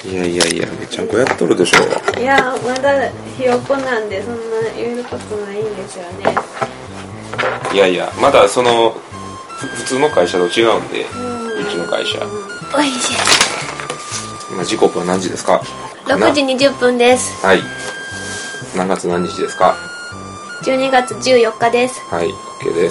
いやいやいや、めちゃんこやっとるでしょ。 いや、まだひよこなんでそんな言えることないんですよね。 いやいや、まだその普通の会社と違うんで、うちの会社。 おいしい。 今時刻は何時ですか ？6時20分です。 はい。何月何日ですか ？12月14日です。 はい、OK です。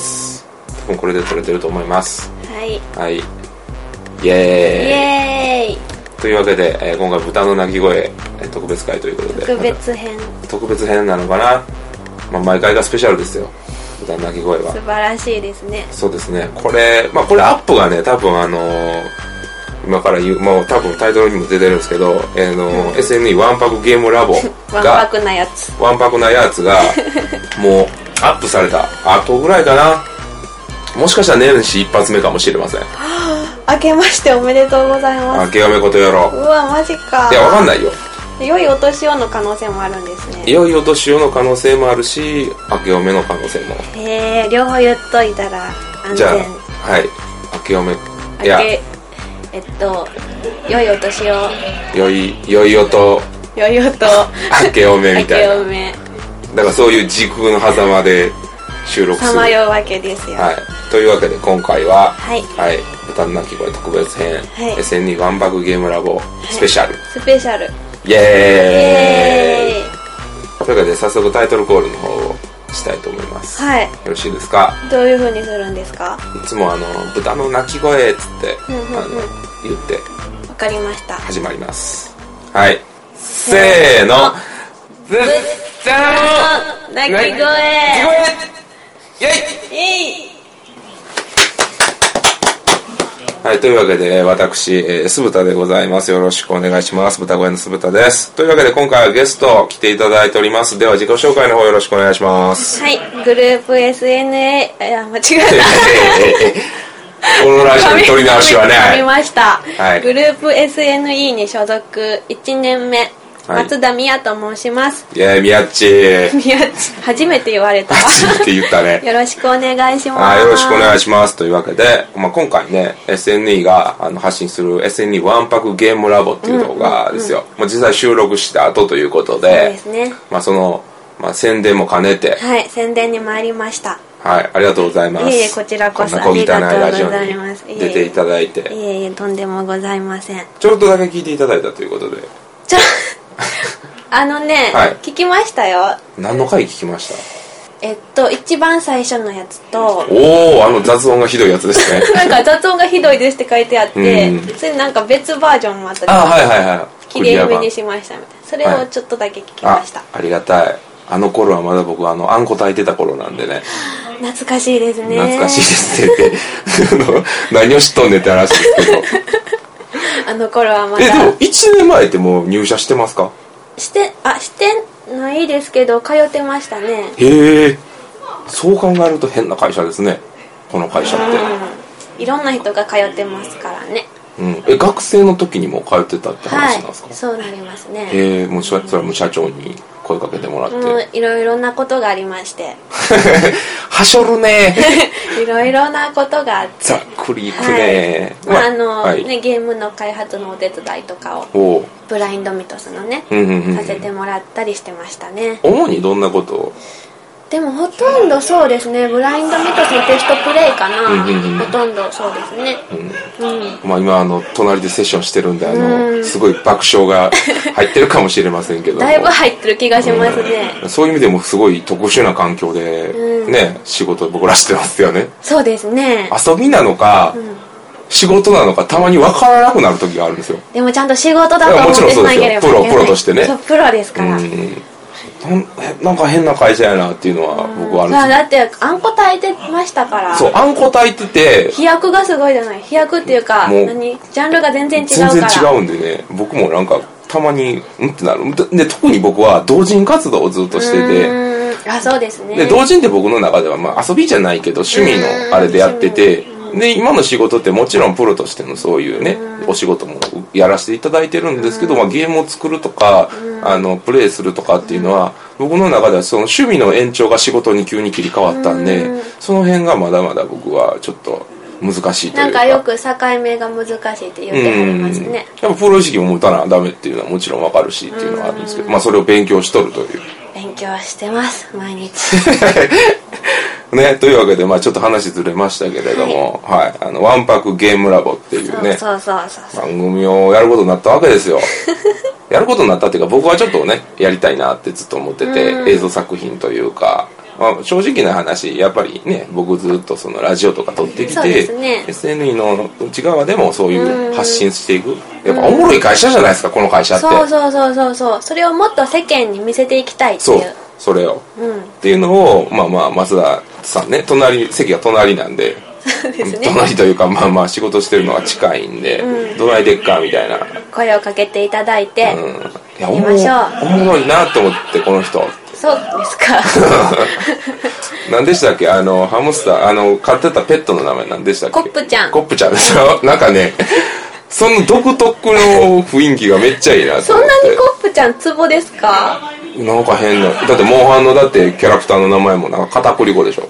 多分これで撮れてると思います。 はい。 はい。イエーイ。 イエーイ。 というわけで、今回豚の鳴き声特別会ということで。 特別編。 特別編なのかな。まあ毎回がスペシャルですよ。豚の鳴き声は。 素晴らしいですね。 そうですね。これアップがね、多分今から言う、もう多分タイトルにも出てるんですけど、SNE ワンパクゲームラボがワンパクなやつがもうアップされた後ぐらいかな。もしかしたら年始一発目かもしれません。 明けましておめでとうございます。 明けおめことやろう。 うわ、マジか。 いや、わかんないよ。 良いお年をの可能性もあるんですね。 良いお年をの可能性もあるし、明けおめの可能性も。 両方言っといたら安全。 じゃあ、はい。明けおめ。いや。 良いお年を。 良い音。 良い音。 明けおめみたいな。 明けおめ。 だからそういう時空の狭間で収録する。 さまようわけですよ。 はい。というわけで今回は、 はい。 はい。豚の鳴き声特別編。 はい。 SNE ワンパクゲームラボスペシャル。 スペシャル。 イエーイ。というわけで早速タイトルコールの方をしたいと思います。 はい。 よろしいですか？ どういう風にするんですか？ いつも豚の鳴き声っつって言ってわかりました。 始まります。はい。せーの。豚の鳴き声。 イエイ。はい、というわけで、私、酢豚でございます。よろしくお願いします。豚小屋の酢豚です。というわけで、今回はゲスト来ていただいております。では、自己紹介の方よろしくお願いします。 はい、グループ SNA、間違えた。 このラジオに取り直しはね。 噛みました。 はい。 グループ SNE に所属1年目。 はい、 松田美也と申します。 いや、みやっち初めて言われたわ。 初めて言ったね。 よろしくお願いします。 よろしくお願いします。というわけで、今回ね、SNE が発信する SNE ワンパクゲームラボっていう動画ですよ。実際収録した後ということで、 そうですね。 宣伝も兼ねて。 はい、宣伝に参りました。 はい、ありがとうございます。 いえいえ、こちらこそありがとうございます。 出ていただいて。 いえいえ、とんでもございません。 ちょっとだけ聞いていただいたということで。はい、 聞きましたよ。 何の回聞きました？ 一番最初のやつと、 雑音がひどいやつですね。 なんか雑音がひどいですって書いてあって、それなんか別バージョンもあったり、綺麗めにしましたみたいな。それをちょっとだけ聞きました。 ありがたい。あの頃はまだ僕あんこ炊いてた頃なんでね。 懐かしいですね。 懐かしいですって何を知っとんねんって話ですけど。 あの頃はまだ。 でも1年前ってもう入社してますか？ してないですけど通ってましたね。 へえ。そう考えると変な会社ですね、この会社って。 いろんな人が通ってますからね。 学生の時にも通ってたって話なんですか？ はい、そうなりますね。 へえ。もうそれはもう社長に声かけてもらって。 いろいろなことがありまして。 はしょるね。 いろいろなことがあって。 ざっくりいくね。 ゲームの開発のお手伝いとかをブラインドミトスのね、させてもらったりしてましたね。 主にどんなことを？ でもほとんどそうですね、ブラインドミトスのテストプレイかな。ほとんどそうですね。 今隣でセッションしてるんですごい爆笑が入ってるかもしれませんけどだいぶ入ってる気がしますね。 そういう意味でもすごい特殊な環境でね、仕事を僕らしてますよね。 そうですね。 遊びなのか仕事なのかたまに分からなくなる時があるんですよ。 でもちゃんと仕事だと思ってしなければいけない。 プロとしてね。 プロですから。 なんか変な会社やなっていうのは僕はあるんですよ。 だってあんこ炊いてましたから。 そう、あんこ炊いてて飛躍がすごいじゃない。飛躍っていうかジャンルが全然違うから。 全然違うんでね、僕もなんかたまにってなる。で特に僕は同人活動をずっとしてて、 そうですね。 で同人って僕の中では遊びじゃないけど趣味のあれでやってて、で今の仕事ってもちろんプロとしてのそういうねお仕事もやらせていただいてるんですけど、ゲームを作るとかプレイするとかっていうのは僕の中ではその趣味の延長が仕事に急に切り替わったんで、その辺がまだまだ僕はちょっと難しいというか、 なんかよく境目が難しいって言ってはりますね。 やっぱプロ意識を持たなダメっていうのはもちろんわかるしっていうのはあるんですけど、まあそれを勉強しとるという勉強してます毎日ね、というわけで、まあちょっと話ずれましたけれども、はい、わんぱくゲームラボっていうね、 そう番組をやることになったわけですよ。やることになったっていうか、僕はちょっとね、やりたいなってずっと思ってて、映像作品というか、まあ、正直な話、やっぱりね、僕ずっとそのラジオとか撮ってきて、ね、SNE の内側でもそういう発信していく。やっぱおもろい会社じゃないですか、この会社って。 そう。それをもっと世間に見せていきたいっていう。 それを、っていうのを、まあ松田さんね、席が隣なんで、 そうですね、 隣というかまあ仕事してるのが近いんで、どないでっかみたいな声をかけていただいて、 やりましょう。おもろいなと思って、この人。 そうですか。 何でしたっけ、ハムスター、飼ってたペットの名前何でしたっけ。 コップちゃん。 コップちゃんでしょ。なんかね、その独特の雰囲気がめっちゃいいなと思って。 そんなにコップちゃんツボですか。 なんか変な、だってモンハンのだってキャラクターの名前もなんか片栗粉でしょ。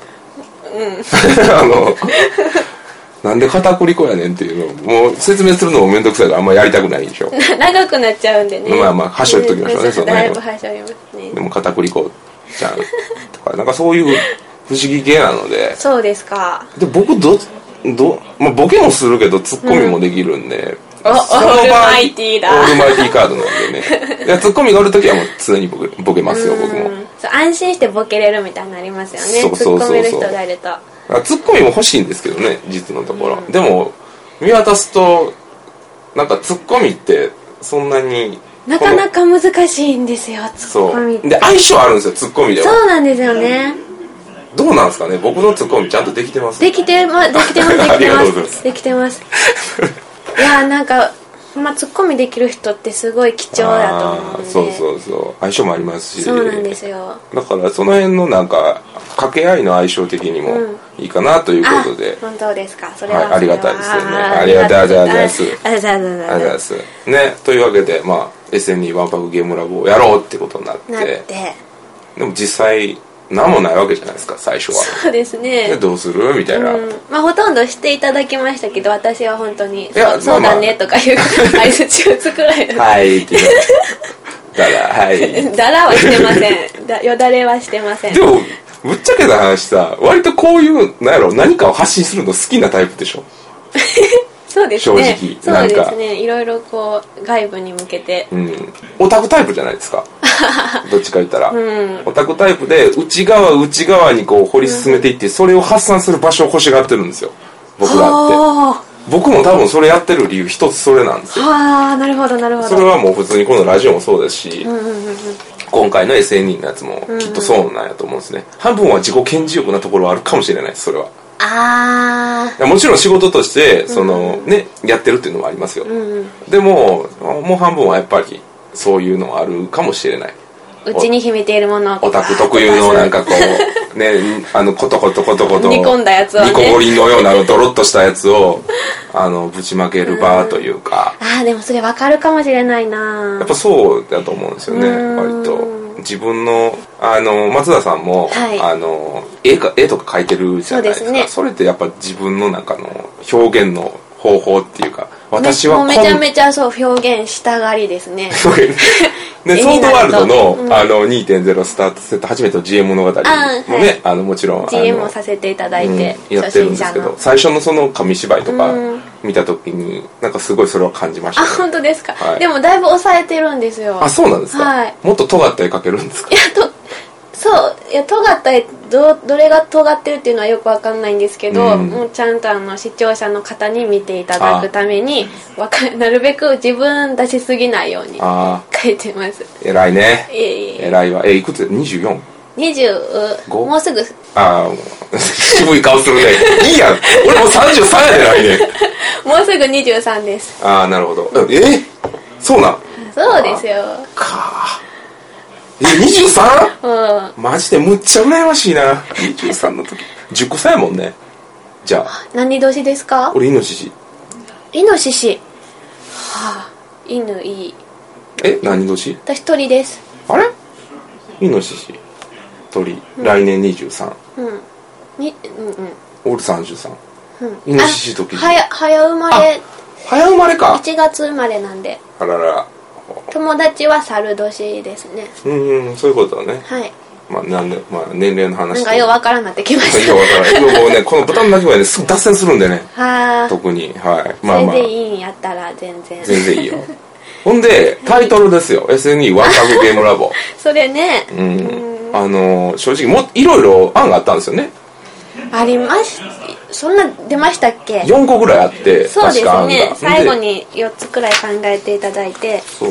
なんで片栗粉やねんっていうのもう説明するのもめんどくさいからあんまりやりたくないでしょ。 長くなっちゃうんでね。 まあはしょっときましょうね、そのだいぶはしょりますね。 でも片栗粉ちゃんとかなんかそういう不思議系なので。 そうですか。 で僕まあ、ボケもするけどツッコミもできるんで、 オールマイティーだ。 オールマイティーカードなんでね。いやツッコミがおるときはもう常にボケますよ、僕も。 そう、安心してボケれるみたいになりますよね。ツッコめる人がいると。 ツッコミも欲しいんですけどね、実のところ。でも見渡すとなんかツッコミってそんなになかなか難しいんですよ、ツッコミって。 で相性あるんですよ、ツッコミでは。 そうなんですよね。 どうなんですかね、僕のツッコミちゃんとできてます？ できてます。できてます。いやなんかツッコミできる人ってすごい貴重だと思うんで。 そう相性もありますし。 そうなんですよ。 だからその辺のなんか掛け合いの相性的にもいいかなということで。 本当ですか。それはありがたいですよね。ありがとうございます。ありがとうございますね。というわけでまあ SNE ワンパクゲームラボをやろうってことになって、でも実際何もないわけじゃないですか、最初は。 そうですね。 でどうするみたいな、 まあほとんどしていただきましたけど、私は本当にそうだねとかいう相槌を作られる。 はいって言うだらはしてません。よだれはしてません。 でもぶっちゃけた話さ、割とこういう何かを発信するの好きなタイプでしょ。 そうですね。 正直そうですね。いろいろこう外部に向けて、 オタクタイプじゃないですか。どっちか言ったら、オタクタイプで内側にこう掘り進めていって、それを発散する場所を欲しがってるんですよ、僕だって。僕も多分それやってる理由一つそれなんですよ。 なるほど。 それはもう普通にこのラジオもそうですし、今回の SNE のやつもきっとそうなんやと思うんですね。半分は自己顕示欲なところはあるかもしれないです、それは。もちろん仕事としてやってるっていうのもありますよ。でももう半分はやっぱりそういうのはあるかもしれない。 うちに秘めているもの、 オタク特有のなんかこうね、コトコト煮込んだやつをね、 煮こごりのようなドロッとしたやつをぶちまける場というか。 でもそれ分かるかもしれないな。 やっぱそうだと思うんですよね、割と。自分の松田さんも、絵とか描いてるじゃないですか。 それってやっぱ自分の中の表現の方法っていうか、私はもうめちゃめちゃ表現したがりですね。 でソードワールドの、2.0 スタートセット初めての GM 物語もね、もちろん GM もさせていただいて、 やってるんですけど、最初のその紙芝居とか見た時になんかすごいそれを感じましたね。 本当ですか。でもだいぶ抑えてるんですよ。 そうなんですか。もっと尖った絵描けるんですか。 尖った絵、どれが尖ってるっていうのはよくわかんないんですけど、もうちゃんと視聴者の方に見ていただくためになるべく自分出しすぎないように描いてます。 偉いね。偉いわ。いくつ？24？ 25？ もうすぐ。 渋い顔するね。いいやん、俺もう33やで、来年。 もうすぐ23です。 なるほど。そうなん？ そうですよ。 23？マジでむっちゃ羨ましいな。23の時10個差やもんね。じゃあ何年ですか？ 俺イノシシ。 犬いい。 何年？ 私鳥です。 あれ？イノシシ鳥、来年23。俺33。 イノシシとキジ。 早生まれ。 早生まれか。 1月生まれなんで。 あらら。 友達は猿年ですね。 そういうことだね。 はい。 まあ年齢の話。 なんかようわからんなってきました。 ようわからん。もうね、この豚の鳴き声ね、すぐ脱線するんでね。特に。はい。 まあまあ。それでいいんやったら全然。 全然いいよ。ほんで、タイトルですよ。SNE ワンパクゲームラボ。 それね。 正直いろいろ案があったんですよね。 ありましそんな出ましたっけ。 4個ぐらいあって、 そうですね。最後に4つくらい考えていただいて。 そう。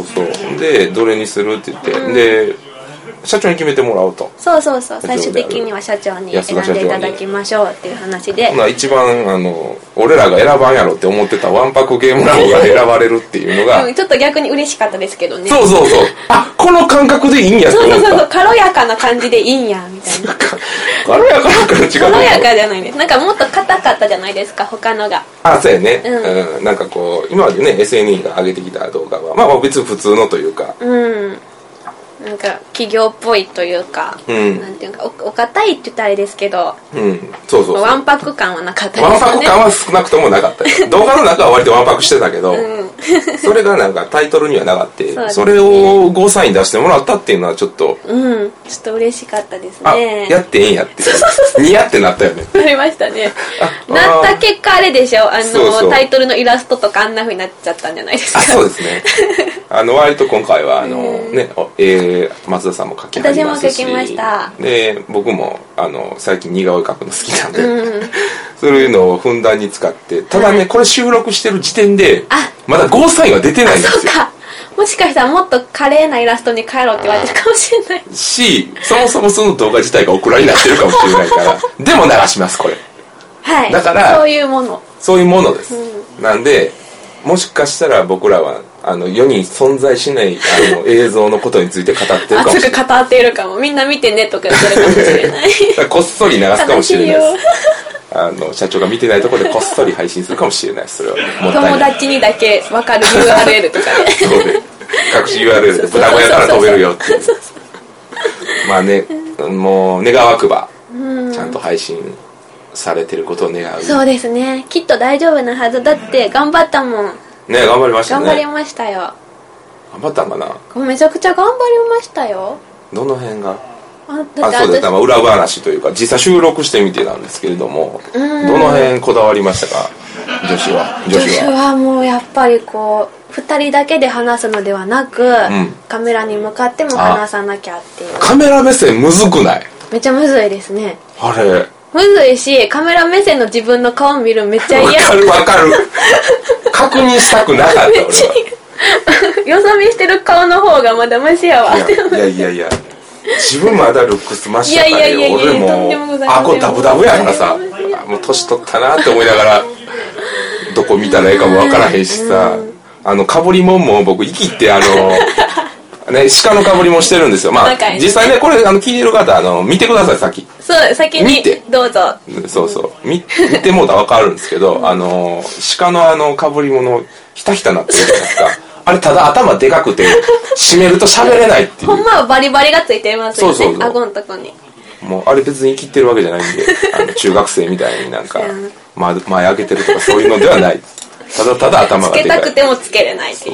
で、どれにするって言って、で、社長に決めてもらおうと。 そう最終的には社長に選んでいただきましょうっていう話で、 一番俺らが選ばんやろって思ってたワンパクゲームラボが選ばれるっていうのがちょっと逆に嬉しかったですけどね。 そうこの感覚でいいんやって思った。 そう軽やかな感じでいいんやみたいな。 軽やかな感じが軽やかじゃないです。なんかもっと硬かったじゃないですか他のが。 そうやね。なんかこう今までね SNE が上げてきた動画はまあ別に普通のというか。なんか企業っぽいというか、なんていうかお堅いって言ったらあれですけど、 そうワンパク感はなかったですよね。 ワンパク感は少なくともなかったよ。動画の中は割とワンパクしてたけど、それがなんかタイトルにはなかった。それをゴーサイン出してもらったっていうのはちょっとちょっと嬉しかったですね。 やってええんやってニヤってなったよね。 なりましたね。なった結果あれでしょ、タイトルのイラストとかあんな風になっちゃったんじゃないですか。 そうですね。割と今回は松田さんも描き始めましたし、 私も描きました。 で僕も最近似顔絵描くの好きなんで、そういうのをふんだんに使って、ただねこれ収録してる時点でまだゴーサインは出てないんですよ。 そうか。もしかしたらもっと華麗なイラストに変えろって言われてるかもしれないし、そもそもその動画自体がオクラになってるかもしれないからでも流しますこれ。 はい。 だからそういうものです。なんでもしかしたら僕らは世に存在しない映像のことについて語ってるかもしれない。 熱く語っているかも。みんな見てねとか言ってるかもしれない。 こっそり流すかもしれないです。社長が見てないところでこっそり配信するかもしれないです。それはもったいない。 友達にだけ分かる URL とかね。 そうで隠し URL で豚小屋から飛べるよっていう。まあね、もう願わくばちゃんと配信されてることを願う。 そうですね。きっと大丈夫なはずだって頑張ったもん。 ね、頑張りましたね。 頑張りましたよ。 頑張ったんかな。 めちゃくちゃ頑張りましたよ。 どの辺が？そうです。裏話というか実際収録してみてなんですけれども、どの辺こだわりましたか？女子はもうやっぱりこう2人だけで話すのではなく、カメラに向かっても話さなきゃっていう。 カメラ目線むずくない？ めっちゃむずいですね。 あれむずいし、カメラ目線の自分の顔見るめっちゃ嫌。 わかる確認したくなかった俺は。 よそ見してる顔の方がまだマシやわ。 いや自分まだルックスマシやからよ。俺も顎ダブダブやからさ、もう年取ったなって思いながらどこ見たらええかもわからへんしさ、かぶりもんも僕生きって鹿のかぶりもしてるんですよ。まあ実際ねこれ聞いてる方見てください先。 そう先にどうぞ。 そう見てもうたら分かるんですけど鹿のかぶり物ひたひたなってるじゃないですか。あれただ頭でかくて締めると喋れないっていう。 ほんまはバリバリがついてますよね。そう顎のとこに。 もうあれ別に切ってるわけじゃないんで中学生みたいになんか前開けてるとかそういうのではない。ただ頭がでかい。 つけたくてもつけれないっていう。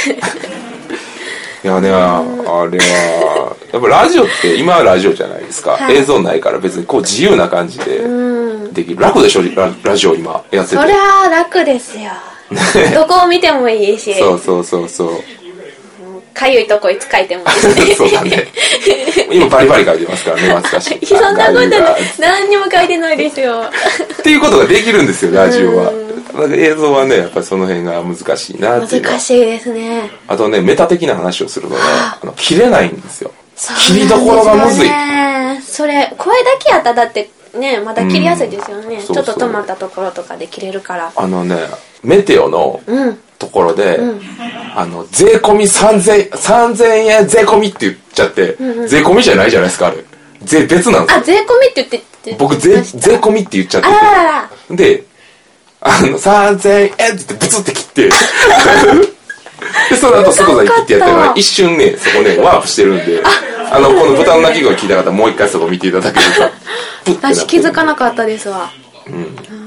いやね、あれはやっぱラジオって今はラジオじゃないですか、映像ないから別にこう自由な感じでできる。楽でしょラジオ今やってて。 そりゃ楽ですよ。どこを見てもいいし。 そうかゆいとこいつ書いてもいいし。 そうだね。今バリバリ書いてますからね、懐かしい。 そんなことない。何にも書いてないですよ。 っていうことができるんですよラジオは。なんか映像はねやっぱりその辺が難しいなっていう。 難しいですね。 あとねメタ的な話をするとね切れないんですよ。切りどころがむずい。 それ声だけやったらだってねまだ切りやすいですよね。ちょっと止まったところとかで切れるから。 メテオのところで、税込み3000円税込みって言っちゃって、税込みじゃないじゃないですかあれ。別なんですよ。 税込みって言って僕税込みって言っちゃってて、で3000円って言ってブツって切ってでその後すぐさに切ってやってるから一瞬ねそこねワープしてるんでこの豚の鳴き声聞いた方もう一回そこ見ていただけると私気づかなかったですわ。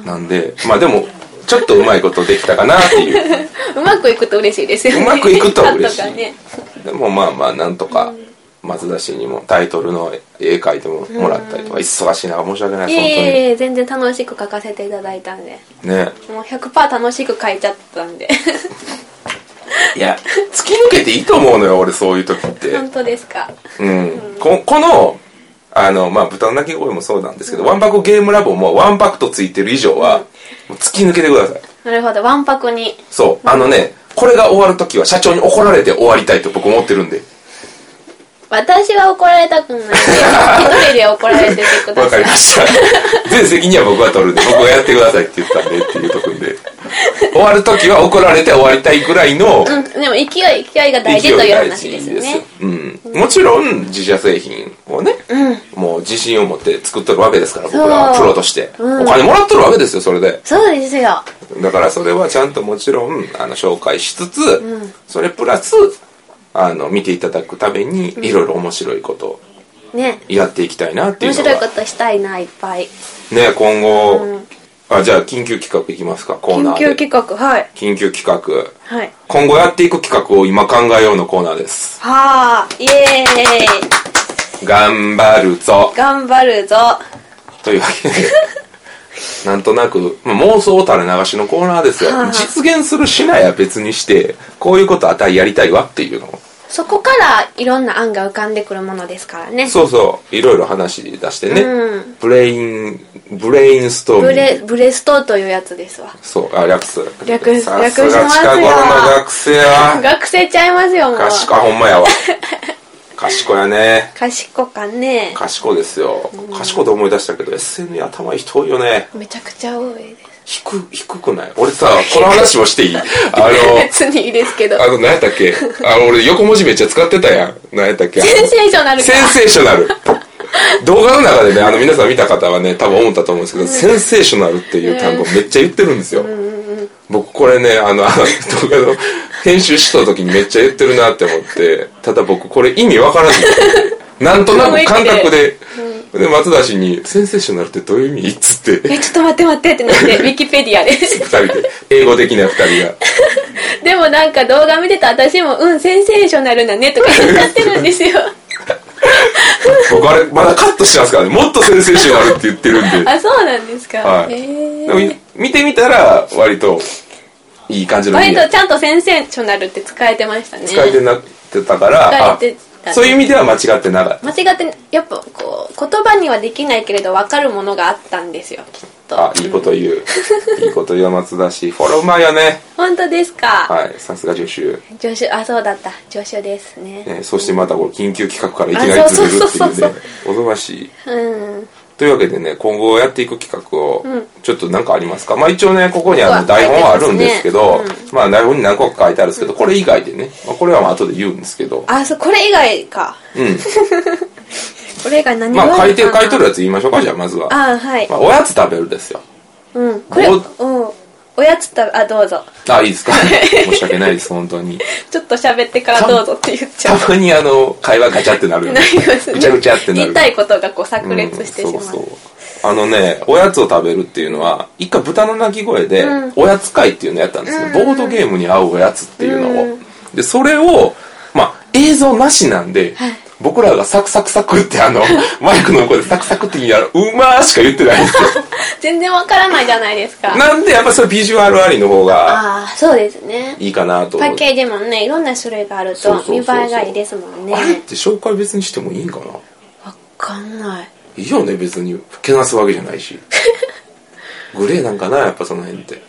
なんでまあでもちょっとうまいことできたかなっていううまくいくと嬉しいですよね。 うまくいくと嬉しい、 ね、 でもまあまあなんとか、松田氏にもタイトルの絵描いてもらったりとか、忙しい中申し訳ないです、本当に。 全然楽しく描かせていただいたんでね、もう 100% 楽しく描いちゃったんでいや突き抜けていいと思うのよ俺そういう時って本当ですか。 このまあ豚の鳴き声もそうなんですけど、わんぱくゲームラボもワンパクトついてる以上は、もう突き抜けてください。 なるほど、わんぱくに。 そうこれが終わる時は社長に怒られて終わりたいと僕思ってるんで。 私は怒られたくないんで一人で怒られててください。 わかりました全責任は僕が取るんで僕がやってくださいって言ったんでっていうところで終わる時は怒られて終わりたいぐらいの、 でも勢いが大事という話ですね。 もちろん自社製品をね、もう自信を持って作っとるわけですから僕らはプロとして、お金もらっとるわけですよそれで。 そうですよ。 だからそれはちゃんともちろん紹介しつつ、それプラス見ていただくためにいろいろ面白いことをやっていきたいなっていうのが、 面白いことしたいないっぱいね今後、じゃあ緊急企画いきますか。コーナーで緊急企画、はい、 緊急企画、 はい、 今後やっていく企画を今考えようのコーナーです。 はあ、イエーイ、 頑張るぞ頑張るぞというわけでなんとなく、妄想垂れ流しのコーナーですよ。実現するしないは別にしてこういうことあたりやりたいわっていうのを、 そこからいろんな案が浮かんでくるものですからね。 そうそういろいろ話出してね、ブレインストーミング、 ブレストというやつですわ。 そう略すさすが近頃の学生は学生ちゃいますよもう。 賢い、ほんまやわ賢やね。 賢かね。 賢ですよ、賢いと思い出したけど SN に頭いい人多いよね。 めちゃくちゃ多いです。 低くない？俺さこの話もしていい？ 別にいいですけど、 何やったっけ俺横文字めっちゃ使ってたやん。何やったっけ？ センセーショナルか。 センセーショナル動画の中でね皆さん見た方はね多分思ったと思うんですけど、センセーショナルっていう単語めっちゃ言ってるんですよ、僕これね動画の編集した時にめっちゃ言ってるなって思って、ただ僕これ意味わからずなんとなく感覚でで松田氏に「センセーショナルってどういう意味?」っつってちょっと待ってってなってウィキペディアです 2人で英語的な2人がでもなんか動画見てた私もセンセーショナルだねとか言っちゃってるんですよ僕あれまだカットしてますからね、もっとセンセーショナルって言ってるんであ、そうなんですか、 はい、でも見てみたら割といい感じの割とちゃんとセンセーショナルって使えてましたね。 使えてなってたからそういう意味では間違ってなかった。 間違ってやっぱこう言葉にはできないけれど分かるものがあったんですよきっと。 いいこと言う、いいこと言う松田氏フォローうまいよね。 本当ですか。 はい、さすが助手、 そうだった助手ですね。 そしてまたこう緊急企画からいきなりずれるっていうね、おぞましい。というわけでね今後やっていく企画をちょっと何かありますか。一応ねここに台本はあるんですけど、台本に何個か書いてあるんですけど、これ以外でね、これは後で言うんですけど、 これ以外か。これ以外何が書いとるやつ言いましょうか。じゃあまずははい、 おやつ食べるですよ。 これおやつどうぞ。 いいですか申し訳ないです本当に。 ちょっと喋ってからどうぞって言っちゃう。 たまに会話ガチャってなるよね。ぐちゃぐちゃってなる。 言いたいことがこう炸裂してしまう。 そうおやつを食べるっていうのは一回豚の鳴き声でおやつ会っていうのをやったんですね、ボードゲームに合うおやつっていうのを。でそれを映像なしなんで、僕らがサクサクサクってマイクの声でサクサクって言いながらうまーしか言ってないんですよ全然わからないじゃないですか。 なんでやっぱそれビジュアルありの方がそうですね、 いいかなと。 パッケージもねいろんな種類があると見栄えがいいですもんね。 あれって紹介別にしてもいいんかな。 わかんない。 いいよね別にけなすわけじゃないしグレーなんかなやっぱその辺って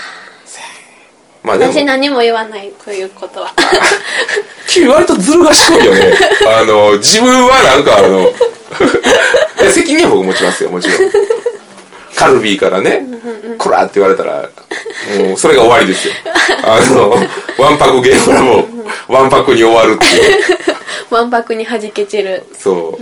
私何も言わないということは君割とずる賢いよね自分はなんか責任は僕持ちますよもちろんカルビーからねこらって言われたらもうそれが終わりですよわんぱくゲームらもわんぱくに終わるっていうわんぱくに弾け散る。 そう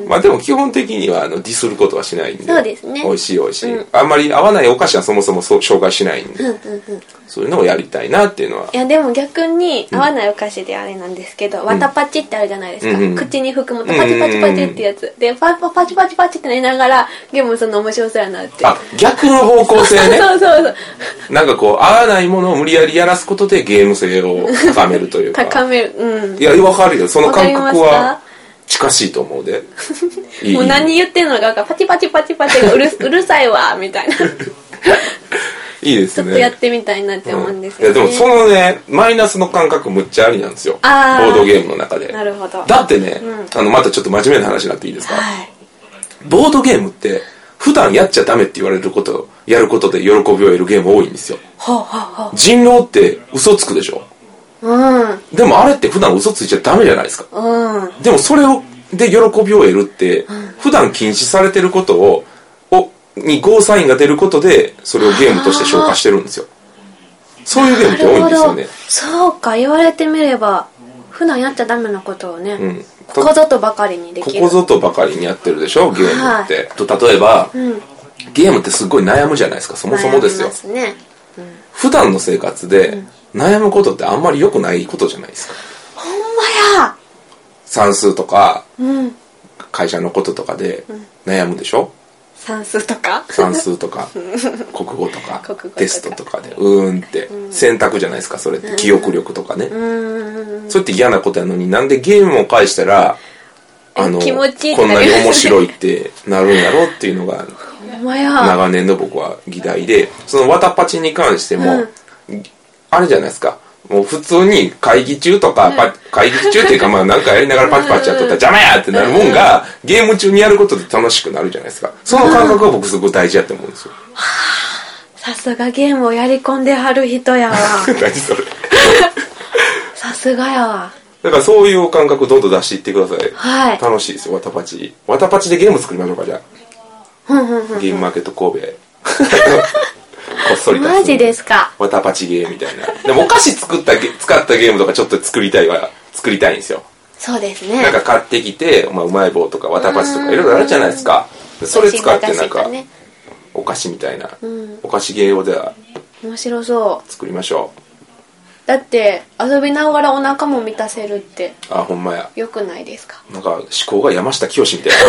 まあでも基本的にはディスることはしないんで。 そうですね。 美味しい美味しい。あんまり合わないお菓子はそもそも紹介しないんで。そういうのをやりたいなっていうのは。 いやでも逆に合わないお菓子であれなんですけど、わたパチってあるじゃないですか。口に含むとパチパチパチってやつ。で、パチパチパチってなりながら、ゲームするの面白そうやなって。 あ、逆の方向性ね。 そうそうそう。 なんかこう、合わないものを無理やりやらすことでゲーム性を高めるというか。 高める。うん。 いや、わかるよ。その感覚は近しいと思うで。 もう何言ってんのかパチパチパチパチがうるさいわ、みたいな。 いいですね。 ちょっとやってみたいなって思うんですよね。 いやでもそのね、マイナスの感覚むっちゃありなんですよ。ボードゲームの中で。 なるほど。 だってね、またちょっと真面目な話になっていいですか？ はい。 ボードゲームって普段やっちゃダメって言われることをやることで喜びを得るゲーム多いんですよ。人狼って嘘つくでしょ。でもあれって普段嘘ついちゃダメじゃないですか。でもそれで喜びを得るって、普段禁止されてることにゴーサインが出ることでそれをゲームとして消化してるんですよ。そういうゲームって多いんですよね。 そうか、言われてみれば普段やっちゃダメなことをね、ここぞとばかりにできる。 ここぞとばかりにやってるでしょゲームって、例えば、ゲームってすごい悩むじゃないですか。そもそもですよ。 悩みますね。 普段の生活で悩むことってあんまり良くないことじゃないですか。 ほんまや。 算数とか、会社のこととかで悩むでしょ。 算数とか国語とかテストとかでって選択じゃないですか。それって記憶力とかね。それって嫌なことやのに、なんでゲームを返したら気持ちいいこんなに面白いってなるんやろっていうのが長年の僕は議題で、そのわたパチに関しても、あれじゃないですか。もう普通に会議中とか、会議中っていうかまあなんかやりながらパチパチやっとったら邪魔やってなるもんが、ゲーム中にやることで楽しくなるじゃないですか。その感覚は僕すごく大事やって思うんですよ。 さすがゲームをやり込んではる人やわ。 何それ。 さすがやわ。 だからそういう感覚どんどん出していってください。 はい。 楽しいですよ、わたパチ。わたパチでゲーム作りましょうか、じゃあ。ゲームマーケット神戸。こっそりマジですか。 わたパチゲーみたいな。でもお菓子使ったゲームとかちょっと作りたいんですよ。 そうですね。 なんか買ってきて、うまい棒とかわたパチとかいろいろあるじゃないですか。それ使ってなんかお菓子みたいな、お菓子ゲーをでは面白そう作りましょう。 だって遊びながらお腹も満たせるってほんまや。 よくないですか。 なんか思考が山下清みたいな。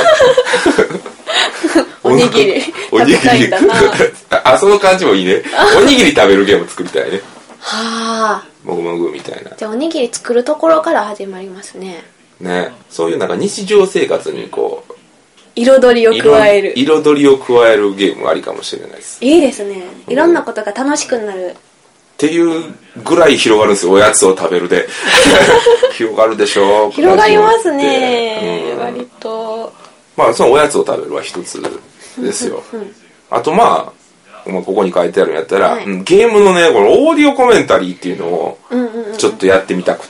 おにぎり食べたいんだな。 その感じもいいね。おにぎり食べるゲーム作りたいね。 はあ。 もぐもぐみたいな。 じゃあおにぎり作るところから始まりますね。 ね、そういうなんか日常生活にこう彩りを加えるゲームありかもしれないです。 いいですね。いろんなことが楽しくなるっていうぐらい広がるんですよ。おやつを食べるで広がるでしょう。 広がりますね、割と。 まあそのおやつを食べるは一つですよ。あとここに書いてあるんやったら、ゲームのね、このオーディオコメンタリーっていうのをちょっとやってみたくって、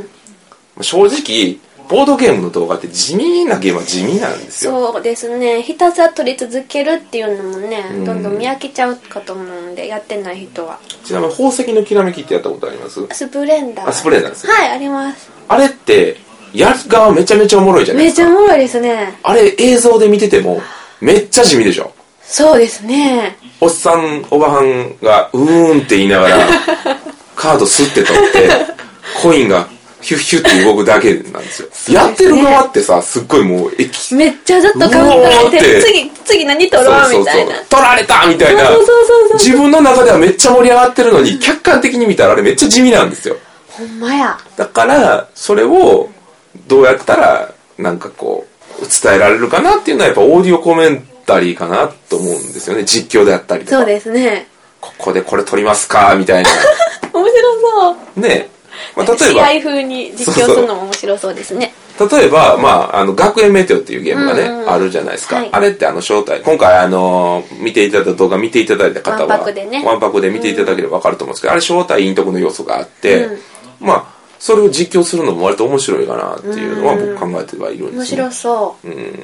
正直ボードゲームの動画って地味なゲームは地味なんですよ。 そうですね。ひたすら撮り続けるっていうのもね、どんどん見飽きちゃうかと思うんで、やってない人は。 ちなみに宝石のきらめきってやったことあります？ スプレンダー。 スプレンダーです。 はい、あります。 あれってやる側めちゃめちゃおもろいじゃないですか。 めちゃおもろいですね。 あれ映像で見ててもめっちゃ地味でしょ。 そうですね。 おっさんおばはんがって言いながらカードスッて取ってコインがヒュッヒュッって動くだけなんですよ。やってる側ってさ、すっごいもうめっちゃずっと考えて、次何取ろうみたいな。 取られたみたいな。自分の中ではめっちゃ盛り上がってるのに、客観的に見たらあれめっちゃ地味なんですよ。 ほんまや。 だからそれをどうやったらなんかこう伝えられるかなっていうのはやっぱオーディオコメンタリーかなと思うんですよね。実況であったりとか。 そうですね。 ここでこれ取りますかみたいな。 面白そう。 ね。例えば試合風に実況するのも面白そうですね。 例えば、学園メテオっていうゲームがね、あるじゃないですか。はい、あれって招待、今回見ていただいた動画見ていただいた方は、ワンパクで見ていただければ分かると思うんですけど、あれ招待陰徳の要素があって、それを実況するのも割と面白いかなっていうのは僕考えてはいるんですね。 面白そう。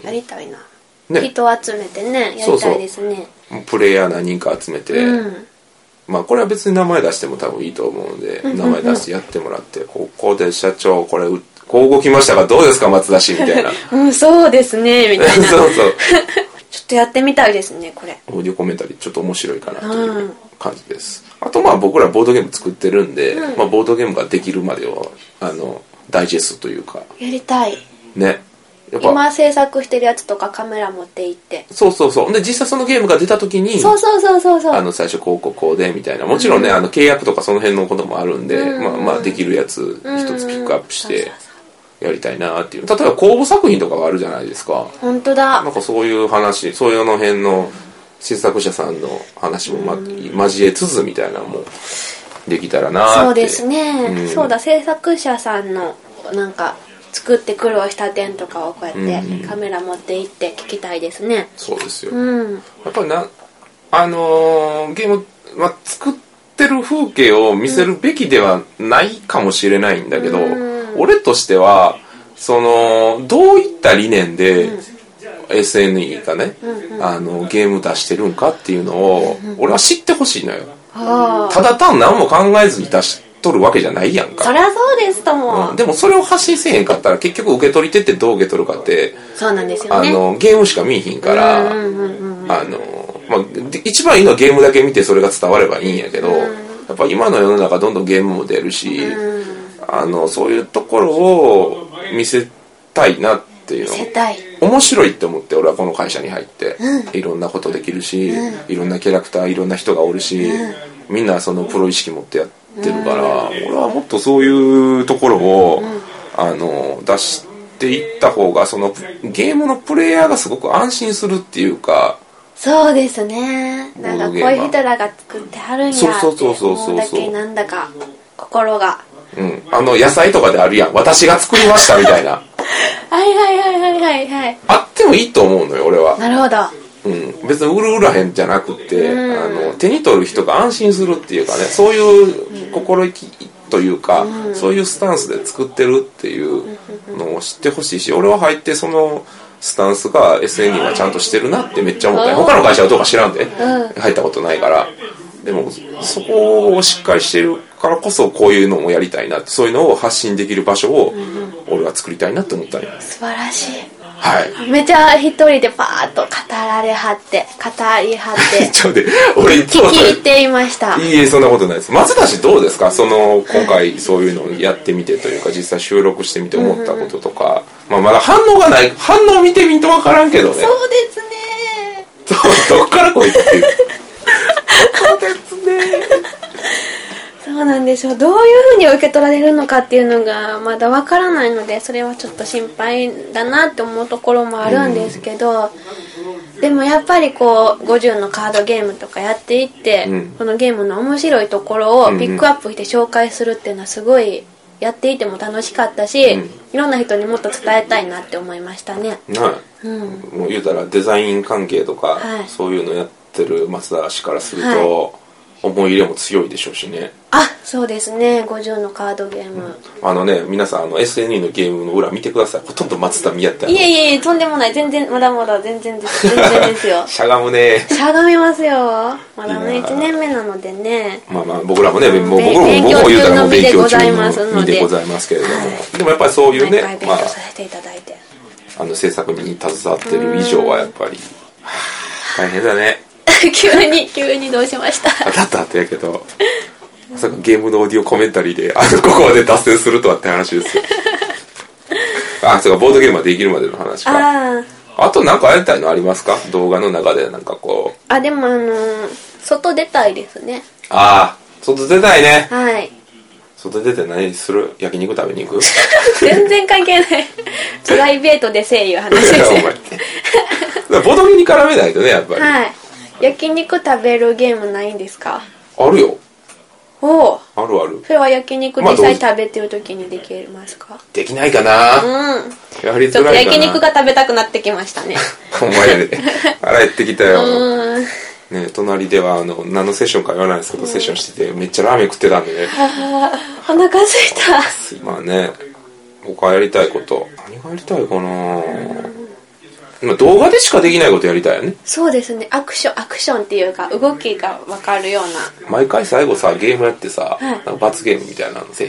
やりたいな。ね、人を集めてね、やりたいですね。 そうプレイヤー何人か集めて、これは別に名前出しても多分いいと思うんで、名前出してやってもらって、ここで社長これこう動きましたがどうですか松田氏みたいなうんそうですねみたいなそうそうちょっとやってみたいですねこれ。 オーディオコメンタリーちょっと面白いかなという感じです、あとまあ僕らボードゲーム作ってるんで、まあ、ボードゲームができるまでをダイジェストというかやりたいね、やっぱ今制作してるやつとかカメラ持って行って、 そうそうそうで実際そのゲームが出た時にそう最初こうでみたいな、もちろんね、契約とかその辺のこともあるんで、まあできるやつ一つピックアップしてやりたいなっていう。例えば公募作品とかがあるじゃないですか。 本当だ。 なんかそういう話、そういうの辺の制作者さんの話も交えつつみたいなのもできたらなって。 そうですね、そうだ、制作者さんのなんか作って苦労した点とかをこうやってカメラ持って行って聞きたいですね。 そうですよ、やっぱりゲーム、まあ、作ってる風景を見せるべきではないかもしれないんだけど、俺としてはどういった理念で、SNE がね、ゲーム出してるんかっていうのを、俺は知ってほしいのよ。ただ単何も考えずに出しとるわけじゃないやんか。 そりゃそうですとも、 でもそれを発信せえへんかったら結局受け取り手ってどう受け取るかってそうなんですよね。 ゲームしか見えひんから、まあ、一番いいのはゲームだけ見てそれが伝わればいいんやけど、やっぱ今の世の中どんどんゲームも出るし、そういうところを見せたいなっていうの、面白いって思って俺はこの会社に入って、いろんなことできるし、いろんなキャラクターいろんな人がおるし、みんなそのプロ意識持ってやってるから、俺はもっとそういうところを、出していった方がそのゲームのプレイヤーがすごく安心するっていうか。 そうですね、なんかこういう人らが作ってはるんやって思うだけなんだか心が、 野菜とかであるやん、私が作りましたみたいなはいあってもいいと思うのよ俺は。 なるほど。 別に売らへんじゃなくて、手に取る人が安心するっていうかね、そういう心意気というか、そういうスタンスで作ってるっていうのを知ってほしいし、俺は入ってそのスタンスが SNE がちゃんとしてるなってめっちゃ思った。他の会社はどうか知らんで、入ったことないから。でもそこをしっかりしてるからこそこういうのもやりたいなって、そういうのを発信できる場所を俺は作りたいなって思ったんよ。 素晴らしい。 はい、 めちゃ一人でパーッと語り張ってちょっと俺いつも聞いていました。 いいえ、そんなことないです。松田氏どうですか、今回そういうのをやってみてというか、実際収録してみて思ったこととか、まだ反応がない、反応見てみんと分からんけどね。 そうですね。 どっからこいっていうそうですね。 そうなんですよ。どういうふうに受け取られるのかっていうのがまだわからないので、それはちょっと心配だなって思うところもあるんですけど、でもやっぱりこう50のカードゲームとかやっていって、このゲームの面白いところをピックアップして紹介するっていうのはすごいやっていても楽しかったし、いろんな人にもっと伝えたいなって思いましたね。 もう言うたらデザイン関係とか、そういうのやってる松田氏からすると、思い入れも強いでしょうしね。 そうですね。50のカードゲーム、 皆さんSNE のゲームの裏見てください。ほとんど松田美やったよ。 いえとんでもない、全然まだまだ全然ですよ。 しゃがむね。 しゃがみますよ。まだね1年目なのでね。 僕らもね、僕も言うたらもう勉強中の身でございますけれども、でもやっぱりそういうね、 毎回勉強させていただいて、 制作に携わってる以上はやっぱり大変だね。 急にどうしました。 だったやけど、まさかゲームのオーディオコメンタリーでここまで脱線するとはって話ですよ。そうか、ボードゲームができるまでの話か。あとなんかやりたいのありますか、動画の中で。なんかこう、 でも外出たいですね。 外出たいね。 はい。 外出て何する？焼肉食べに行く？ 全然関係ない。プライベートでせえいう話ですね。 ボードゲームに絡めないとね、やっぱり。 はい。焼肉食べるゲームないんですか？ あるよ。ある。 それは焼肉実際食べてる時にできますか？できないかな。やりづらいかな。 ちょっと焼肉が食べたくなってきましたね。 お前ね、腹減ってきたよ。ね、隣では何のセッションか言わないですけど、セッションしててめっちゃラーメン食ってたんでね。 お腹空いた。 まあね、他やりたいこと、何がやりたいかな。動画でしかできないことやりたいよね。そうですね。アクションっていうか動きが分かるような。毎回最後さ、ゲームやってさ、罰ゲームみたいなのせえへん。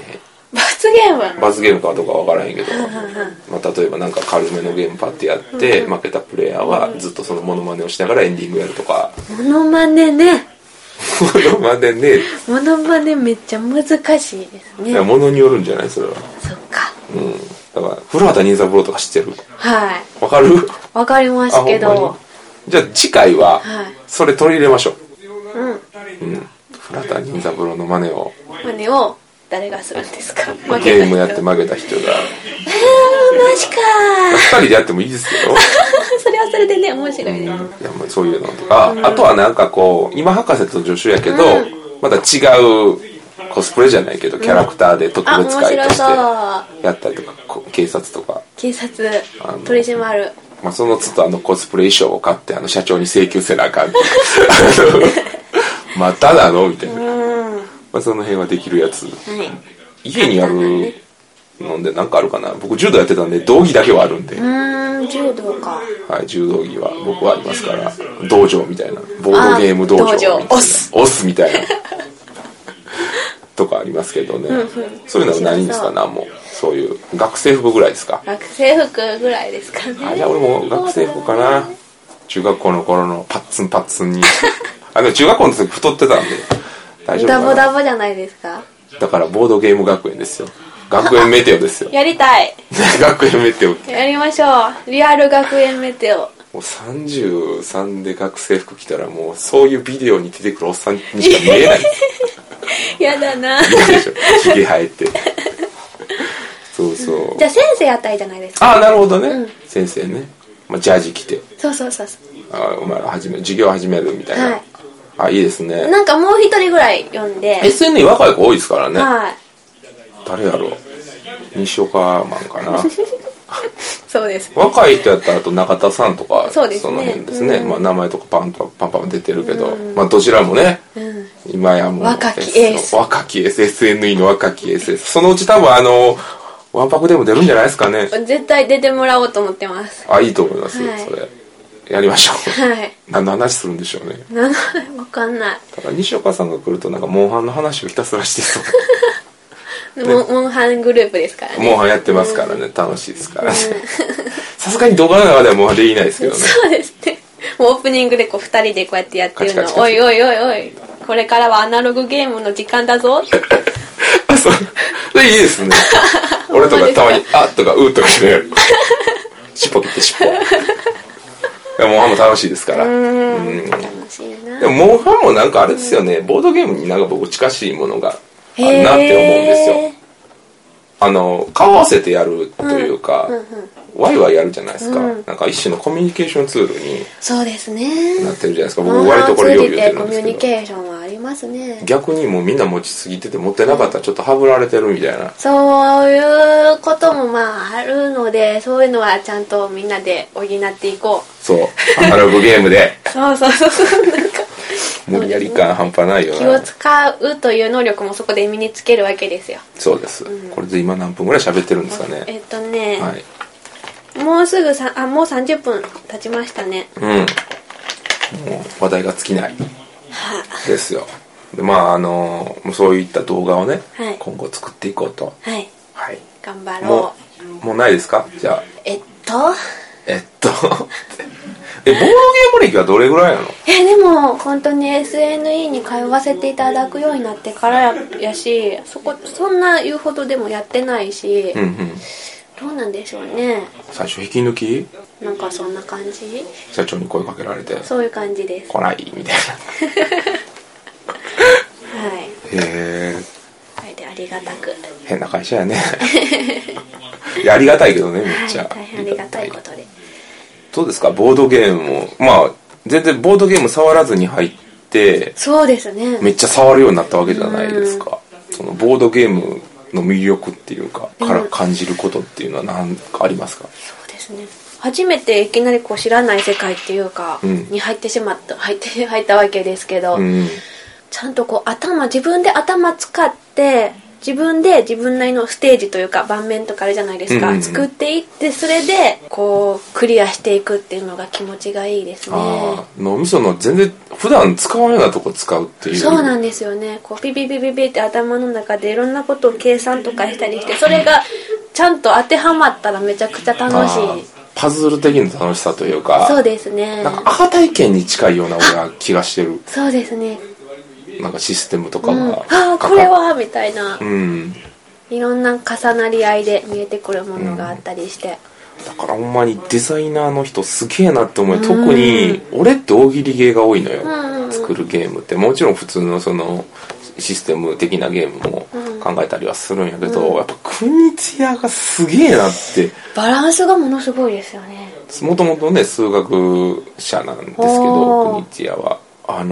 罰ゲーム。 罰ゲームかどうかわからへんけど、まあ、例えばなんか軽めのゲームパッてやって、負けたプレイヤーはずっとそのモノマネをしながらエンディングやるとか。 モノマネね。 モノマネね。 モノマネめっちゃ難しいですね。 いや、ものによるんじゃないそれは。 そっか。 だから古畑任三郎とか知ってる？ はい。 わかる？ わかりますけど。 じゃあ次回はそれ取り入れましょう。古畑任三郎の真似を誰がするんですか？ ゲームやって負けた人が。 マジかー。2人でやってもいいですよ。 それはそれでね、面白いね。 いや、もうそういうのとか、あとはなんかこう今博士と助手やけど、また違うコスプレじゃないけど、キャラクターで特別会としてやったりとか、警察とか。 警察取り締まる。 まあその都度コスプレ衣装を買って社長に請求せなあかん。またなのみたいな。まあその辺はできるやつ。家にあるのでなんかあるかな。僕柔道やってたんで道着だけはあるんで。 柔道か。 はい、柔道着は僕はありますから、道場みたいな、ボードゲーム道場みたいな、オスみたいなとかありますけどね。そういうのはないんですか？なんもそういう学生服ぐらいですか？ 学生服ぐらいですかね。 じゃあ俺も学生服かな。中学校の頃のパッツンパッツンに中学校の時太ってたんで大丈夫かな。 ダボダボじゃないですか？ だからボードゲーム学園ですよ。学園メテオですよ。 やりたい。 学園メテオ。 やりましょう。リアル学園メテオ。 もう33で学生服着たらもうそういうビデオに出てくるおっさんにしか見えない。 やだな。 嫌でしょ。ひげ生えて。そうそう。 じゃあ先生やったらいいじゃないですか。 あ、なるほどね。先生ね。まあジャージ着て。 そう。 お前ら授業始めるみたいな。あ、いいですね。 なんかもう一人ぐらい呼んで。 SNE 若い子多いですからね。 はい。 誰やろう。西岡マンかな。 そうです。 若い人やったらあと中田さんとかその辺ですね。まあ名前とかパンパン出てるけど、まあどちらもね。今やもう若きエース。 SNE の若きエース。そのうち多分ワンパクでも出るんじゃないですかね。 絶対出てもらおうと思ってます。 あ、いいと思います。それやりましょう。 はい。 何の話するんでしょうね。 わかんない。 だから西岡さんが来るとなんかモンハンの話をひたすらしてそう。 モンハングループですからね。 モンハンやってますからね、楽しいですからね。さすがに動画の中ではモンハンできないですけどね。 そうですね。もうオープニングで2人でこうやってやってるの。おい、これからはアナログゲームの時間だぞ。 そう。でいいですね。俺とかたまにあとかうとかしながら尻尾切って尻尾。モンハンも楽しいですから。 楽しいな。 でもモンハンもなんかあれですよね。ボードゲームになんか僕近しいものがあるなって思うんですよ。顔合わせてやるというか、ワイワイやるじゃないですか。なんか一種のコミュニケーションツールにそうですね。 なってるじゃないですか。僕割とこれよく言ってるんですけど。 コミュニケーションはありますね。 逆にもうみんな持ちすぎてて持ってなかったらちょっとはぶられてるみたいな。 そういうこともまああるので、そういうのはちゃんとみんなで補っていこう。 そう。アナログゲームで。 そう。なんか無理やり感半端ないよな。 気を使うという能力もそこで身につけるわけですよ。 そうです。これで今何分ぐらい喋ってるんですかね。 はい。もうすぐもう30分経ちましたね。 もう話題が尽きないですよ。でまあそういった動画をね、今後作っていこうと。 はい。頑張ろう。もうないですか？じゃあ。ボードゲーム歴はどれぐらいなの？ でも本当に SNE に通わせていただくようになってからやし、そんな言うほどでもやってないし、どうなんでしょうね。 最初引き抜き？ なんかそんな感じ？ 社長に声かけられて。 そういう感じです。 来ないみたいな。 はい。 へえ。 それでありがたく。 変な会社やね。いやありがたいけどね、めっちゃ。 大変ありがたいことで。 どうですかボードゲームもまあ全然ボードゲーム触らずに入ってそうですねめっちゃ触るようになったわけじゃないですか。そのボードゲームの魅力っていうかから感じることっていうのは何かありますか？ そうですね初めていきなりこう知らない世界っていうか、に入ったわけですけど、ちゃんとこう自分で頭使って自分で自分なりのステージというか盤面とかあるじゃないですか、作っていってそれでこうクリアしていくっていうのが気持ちがいいですね。 脳みその全然普段使わないようなとこ使うっていう。 そうなんですよね。こうピピピピピって頭の中でいろんなことを計算とかしたりしてそれがちゃんと当てはまったらめちゃくちゃ楽しい。 パズル的な楽しさというか。 そうですね。 なんかアハ体験に近いような俺は気がしてる。 そうですね。 なんかシステムとかが、 ああこれはみたいな、いろんな重なり合いで見えてくるものがあったりして、 だからほんまにデザイナーの人すげえなって思う、特に俺って大喜利ゲーが多いのよ、作るゲームって。もちろん普通のそのシステム的なゲームも考えたりはするんやけど、やっぱクニツヤがすげえなって。 バランスがものすごいですよね。 もともとね数学者なんですけど、クニツヤは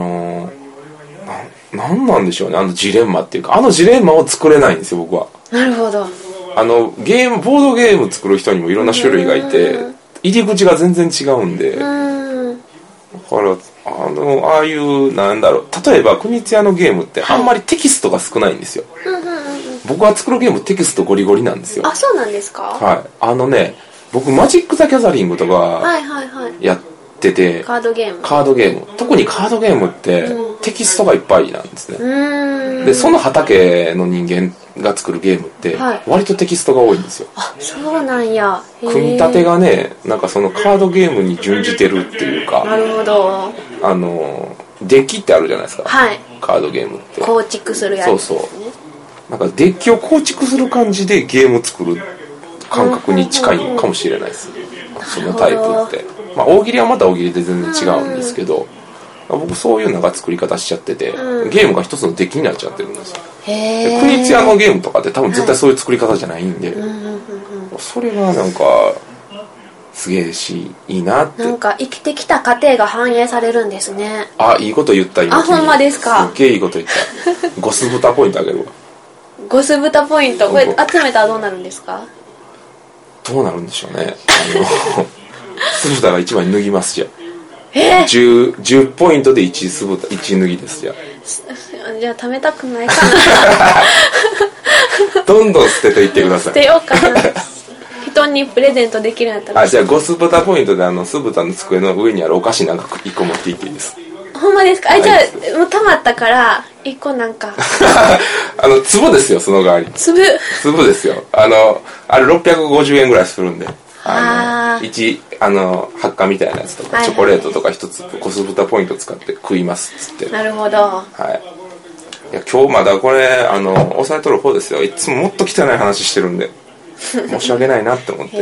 なんでしょうね、あのジレンマっていうか、あのジレンマを作れないんですよ僕は。 なるほど。 ボードゲーム作る人にもいろんな種類がいて、入り口が全然違うんで、だからああいうなんだろう、例えばクニツヤのゲームってあんまりテキストが少ないんですよ。僕は作るゲームテキストゴリゴリなんですよ。 あ、そうなんですか。 はい。僕マジック・ザ・ギャザリングとかやってて、 カードゲーム特にカードゲームってテキストがいっぱいなんですね。でその畑の人間が作るゲームって割とテキストが多いんですよ。 あ、そうなんや。 組み立てがね、なんかそのカードゲームに準じてるっていうか。 なるほど。 デッキってあるじゃないですか、 はい、 カードゲームって構築するやつですね。 そうなんかデッキを構築する感じでゲーム作る感覚に近いかもしれないです、そのタイプって。まあ大喜利はまた大喜利で全然違うんですけど、僕そういうなんか作り方しちゃってて、ゲームが一つのデッキになっちゃってるんですよ。クニツヤのゲームとかって多分絶対そういう作り方じゃないんで、それがなんかすげえしいいなって。 なんか生きてきた過程が反映されるんですね。 あ、いいこと言った今。 あ、ほんまですか。 すっげえいいこと言った。ゴス豚ポイントあげるわ。 ゴス豚ポイント、これ集めたらどうなるんですか。 どうなるんでしょうね。酢豚が1枚脱ぎますじゃん。10ポイントで1酢豚1脱ぎですじゃん。 じゃあ貯めたくないかな。どんどん捨てていってください。 捨てようかな。人にプレゼントできるんやったら。 じゃあゴス豚ポイントで酢豚の机の上にあるお菓子なんか1個持っていっていいです。 ほんまですか。じゃあもう溜まったから1個なんか粒ですよ、その代わり。粒ですよ。あれ650円ぐらいするんで、発火みたいなやつとか、チョコレートとか一つゴス豚ポイント使って食いますっつって。 なるほど。 はい。いや今日まだこれ抑えとる方ですよ。いつももっと汚い話してるんで申し訳ないなって思って。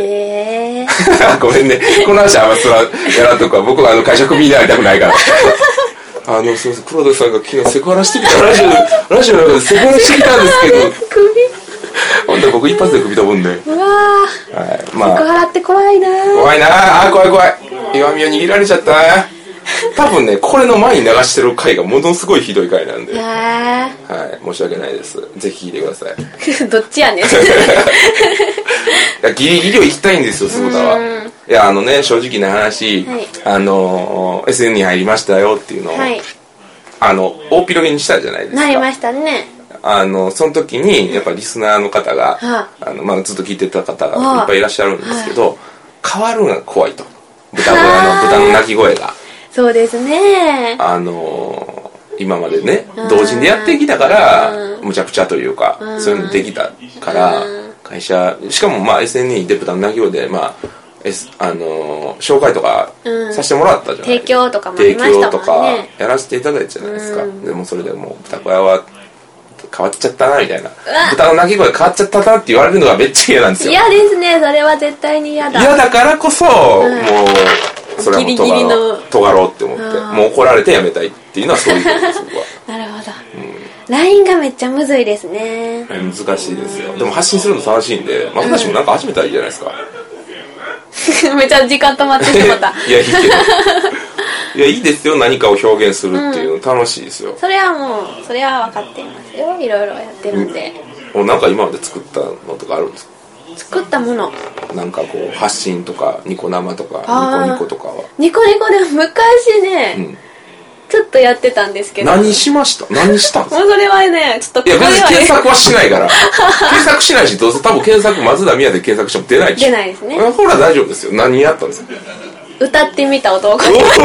ごめんね、この話あんまそらやらんとか、僕は会社クビになりたくないから。すいません、黒田さんが昨日セクハラしてきたラジオの中でセクハラしてきたんですけど。 クビ。 ほんで僕一発で首飛ぶんで。 うわー。はい、セクハラって怖いな。 怖いな。怖い。弱みを握られちゃった。多分ね、これの前に流してる回がものすごいひどい回なんで。はい、申し訳ないです。ぜひ聞いてください。 どっちやねん。 ギリギリを行きたいんですよ、酢豚は。いや正直な話、SN に入りましたよっていうのを、大っ広げにしたじゃないですか。 なりましたね。 その時にやっぱリスナーの方が、ずっと聞いてた方がいっぱいいらっしゃるんですけど、変わるのが怖いと。豚の鳴き声が。 そうですね。 今までね、同時にやってきたから、むちゃくちゃというか、そういうのできたから、会社、しかもSNE で豚の鳴き声で、紹介とかさせてもらったじゃないですか。 提供とかもありましたもんね。 提供とかやらせていただいたじゃないですか。でもそれでもう豚小屋は変わっちゃったなみたいな、豚の鳴き声変わっちゃったなって言われるのがめっちゃ嫌なんですよ。 嫌ですね、それは絶対に嫌だ。 嫌だからこそ、もうそれはもう尖ろうって思って、もう怒られてやめたいっていうのはそういうことです僕は。 なるほど。LINE がめっちゃむずいですね。 難しいですよ。でも発信するの楽しいんで、私もなんか始めたらいいじゃないですか。 めっちゃ時間止まってしまった。 いや、いいけど。いや、いいですよ、何かを表現するっていうの楽しいですよ。 それは分かっていますよ。いろいろやってるんで。 なんか今まで作ったのとかあるんですか？ 作ったもの。 なんかこう、発信とか、ニコ生とか、ニコニコとかは。 ニコニコで昔ね、 ちょっとやってたんですけど。 何したんですか？ もうそれはね、ちょっといや別に検索はしないから検索しないし、どうせ多分検索松田美也で検索しても出ないし。 出ないですね。 ほら大丈夫ですよ。何やったんですか？ 歌ってみた男。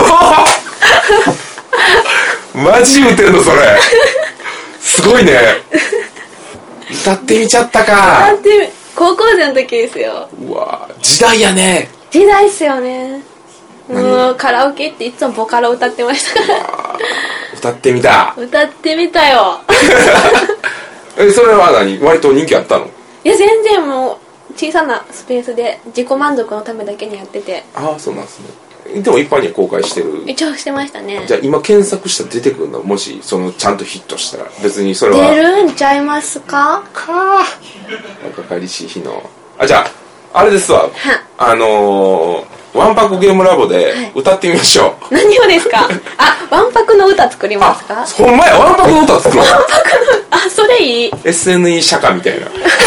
マジ言うてんのそれ。すごいね。歌ってみちゃったか。 高校生の時ですよ。 うわ時代やね。 時代っすよね。もうカラオケっていつもボカロ歌ってましたから。 歌ってみた。 歌ってみたよ。 それは割と人気あったの？ いや全然もう小さなスペースで自己満足のためだけにやってて。 ああそうなんですね。でも一般には公開してる？ 一応してましたね。 じゃあ今検索したら出てくるの？もしそのちゃんとヒットしたら別にそれは出るんちゃいますか？ 若かりし日のじゃああれですわ、わんぱくゲームラボで歌ってみましょう、 何をですか？わんぱくの歌作りますか？ ほんまや、わんぱくの歌作ろう。 わんぱくのそれいい。 SNE 釈迦みたいな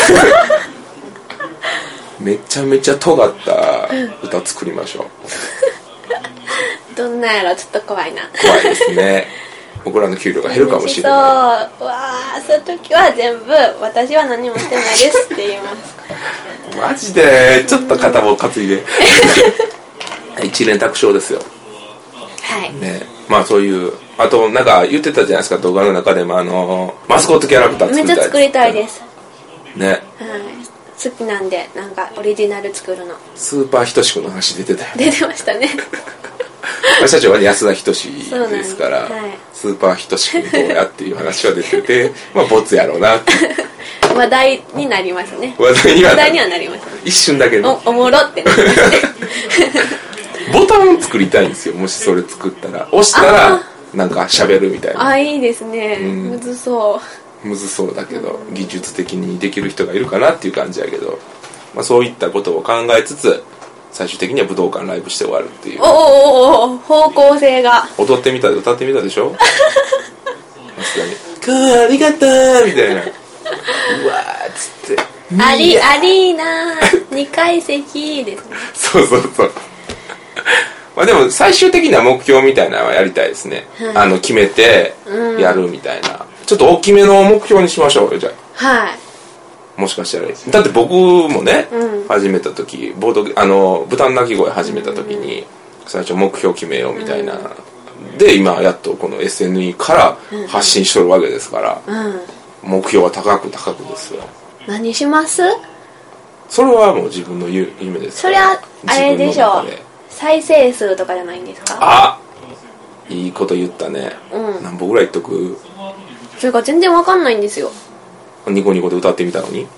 めちゃめちゃ尖った歌作りましょう。 どんなやろ、ちょっと怖いな。 怖いですね。僕らの給料が減るかもしれない。 そういう時は全部私は何もしてないですって言います。 マジでちょっと肩を担いで一連卓章ですよ。 はいね、まあそういうあとなんか言ってたじゃないですか、動画の中でもマスコットキャラクター作りたい。 めっちゃ作りたいですね。はい、 好きなんで、なんかオリジナル作るの。 スーパーひとしくんの話出てたよ。 出てましたね。 社長は安田ひとしですから、 はい、 スーパーひとしくんどうやっていう話は出ててまあボツやろうなって話題になりますね。 話題にはなりますね。 一瞬だけどおもろってなりますね。 ボタン作りたいんですよ。もしそれ作ったら押したらなんか喋るみたいな。 いいですね、むずそうだけど、技術的にできる人がいるかなっていう感じやけど、まあ、そういったことを考えつつ最終的には武道館ライブして終わるっていう。 方向性が。 踊ってみたで歌ってみたでしょ。さすがにありがとうみたいな、うわーっつってアリーナ2階席ですね。 そうまあでも最終的な目標みたいなのはやりたいですね、はい、決めてやるみたいな、ちょっと大きめの目標にしましょうよ。じゃあはい、 もしかしたらだって僕もね、始めた時豚の鳴き声始めた時に最初目標決めようみたいな、で今やっとこの SNE から発信しとるわけですから、目標は高くですよ。何します？ それはもう自分の夢ですから。 それはあれでしょう、再生数とかじゃないんですか？ いいこと言ったね、何本ぐらい言っとく？ それが全然わかんないんですよ。 ニコニコで歌ってみたのに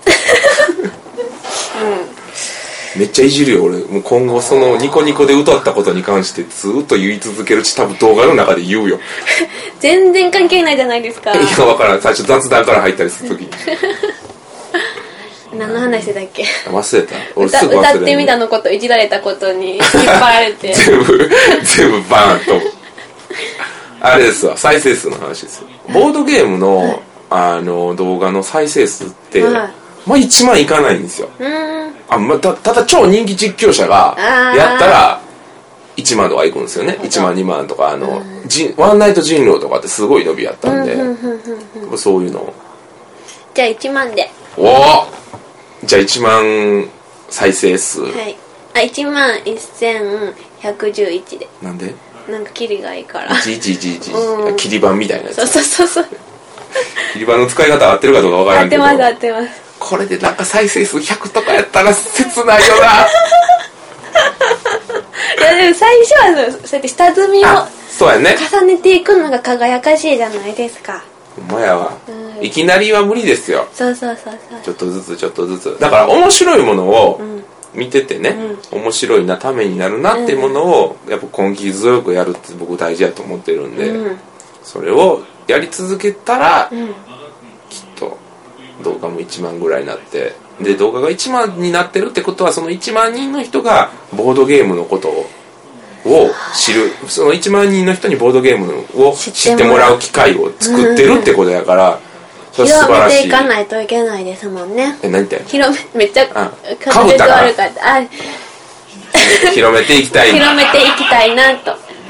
めっちゃいじるよ俺。もう今後そのニコニコで歌ったことに関してずっと言い続けるし、多分動画の中で言うよ。 全然関係ないじゃないですか。 いや分からん、最初雑談から入ったりするときに何の話してたっけ？ 忘れた。俺すぐ忘れる。 歌ってみたのこといじられたことに引っ張られて全部バーンとあれですわ、再生数の話ですよ。ボードゲームの、動画の再生数って、まあ1万いかないんですよ。ただ超人気実況者がやったら1万とかいくんですよね。1万2万とかワンナイト人狼とかってすごい伸びやったんで、そういうの。 じゃあ1万で。 じゃあ1万再生数。 はい。1万1111で。 なんで？ なんかキリがいいから。 1111、切り板みたいなやつ。 そう切り板の使い方合ってるかどうかわからんけど。 合ってます。 これでなんか再生数100とかやったら切ないよな。 いやでも最初はそうやって下積みをそうやね、 重ねていくのが輝かしいじゃないですか。 ほんまやわ、いきなりは無理ですよ。 そうちょっとずつだから面白いものを見ててね、面白いな、ためになるなっていうものをやっぱ根気強くやるって僕大事だと思ってるんで、それをやり続けたら、きっと動画も1万ぐらいになって、で動画が1万になってるってことはその1万人の人がボードゲームのことを知る、その1万人の人にボードゲームを知ってもらう機会を作ってるってことやから、それ素晴らしい。 広めていかないといけないですもんね。 何て？ めっちゃかぶったから広めていきたい広めていきたいなと、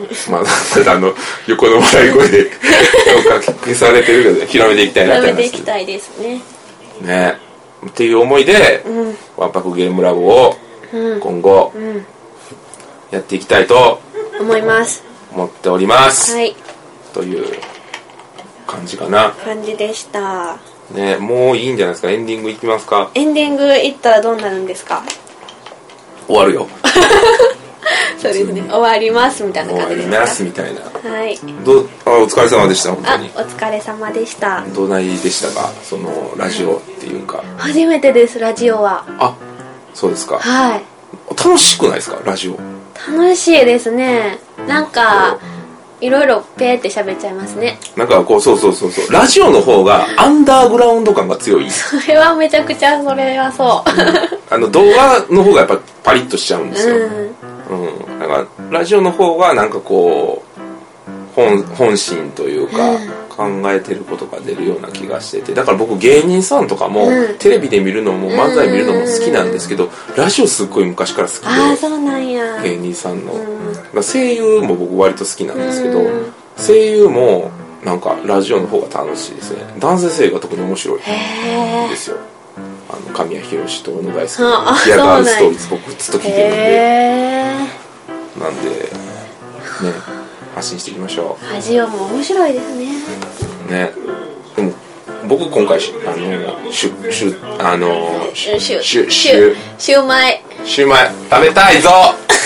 まあ横の笑い声で消されてるけど、ね、広めていきたいなって広めていきたいですね。 ねっていう思いで、わんぱくゲームラボを今後やっていきたいと思います。 思っております。 はい。 という感じかな。 感じでした。 ね、もういいんじゃないですか。エンディングいきますか。 エンディングいったらどうなるんですか。 終わるよ。 そうですね。終わりますみたいな感じですか。 終わりますみたいな。 はい。 お疲れ様でした本当に。 お疲れ様でした。 どないでしたか、そのラジオっていうか。 初めてですラジオは。 あ、そうですか。 はい。 楽しくないですかラジオ。 楽しいですね。なんかいろいろペーって喋っちゃいますね。 なんかこうそうラジオの方がアンダーグラウンド感が強い。 それはめちゃくちゃそれはそう。 動画の方がやっぱパリッとしちゃうんですよ。だからラジオの方がなんかこう本心というか、考えてることが出るような気がしてて、だから僕芸人さんとかも、テレビで見るのも漫才見るのも好きなんですけど、ラジオすっごい昔から好きで。 ああそうなんや。 芸人さんの、声優も僕割と好きなんですけど、声優もなんかラジオの方が楽しいですね。男性声が特に面白いですよ。神谷博と小野大輔のティアガールストーリーズ僕ずっと聞いてるんで、なんでね発信していきましょう。 ラジオも面白いですね。 ね、でも僕今回シューマイ食べたいぞ。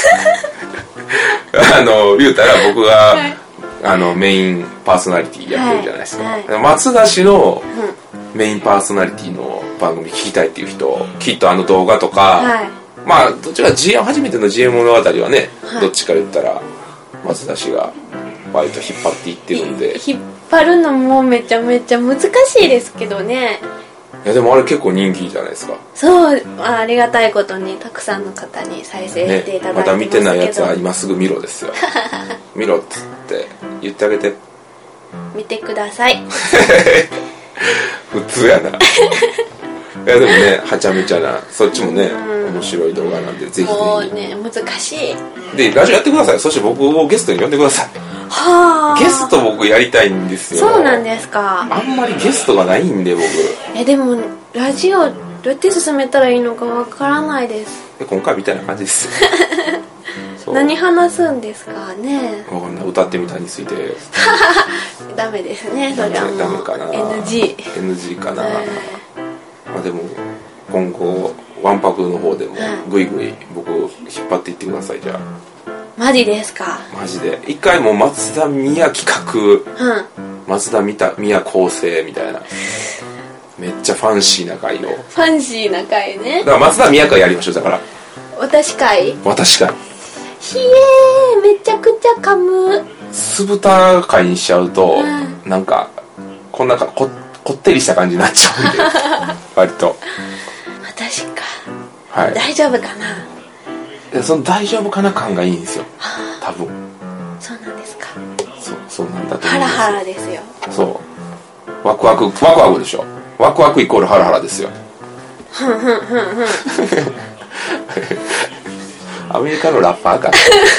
言うたら僕が、メインパーソナリティやってるじゃないですか。松田氏のメインパーソナリティの番組聞きたいっていう人、きっと動画とか、まあどっちか初めての GM 物語はね、どっちか言ったら松田氏が割と引っ張っていってるんで。 引っ張るのもめちゃめちゃ難しいですけどね。 いやでもあれ結構人気じゃないですか。 そう、ありがたいことにたくさんの方に再生していただいてますけど、 また見てないやつは今すぐ見ろですよ。見ろっつって言ってあげて。 見てください。 普通やな。いやでもね、はちゃめちゃな、そっちもね、面白い動画なんでぜひぜひ。 もうね、難しい。 でラジオやってください。そして僕をゲストに呼んでください。 はあ。 ゲスト僕やりたいんですよ。 そうなんですか。 あんまりゲストがないんで僕。 でもラジオどうやって進めたらいいのかわからないです。 今回みたいな感じですよ。 何話すんですかね。 わかんない。歌ってみたについて。 ダメですね。それはもうダメかな。NG かな。まあでも今後ワンパクの方でもグイグイ僕引っ張っていってください。じゃあ。 マジですか。 マジで一回もう松田宮企画、松田宮構成みたいなめっちゃファンシーな回を。 ファンシーな回ね。 だから松田宮会やりましょう。だから私会。 ひえー、めちゃくちゃ噛む。 酢豚会にしちゃうと、なんかこんなこってりした感じになっちゃうんで割と。 私か。 はい。 大丈夫かな。 その大丈夫かな感がいいんですよ。多分。 そうなんですか。 そうなんだと思うんですよ。 ハラハラですよ。 そう。ワクワクでしょ。ワクワクイコールハラハラですよ。アメリカのラッパーか。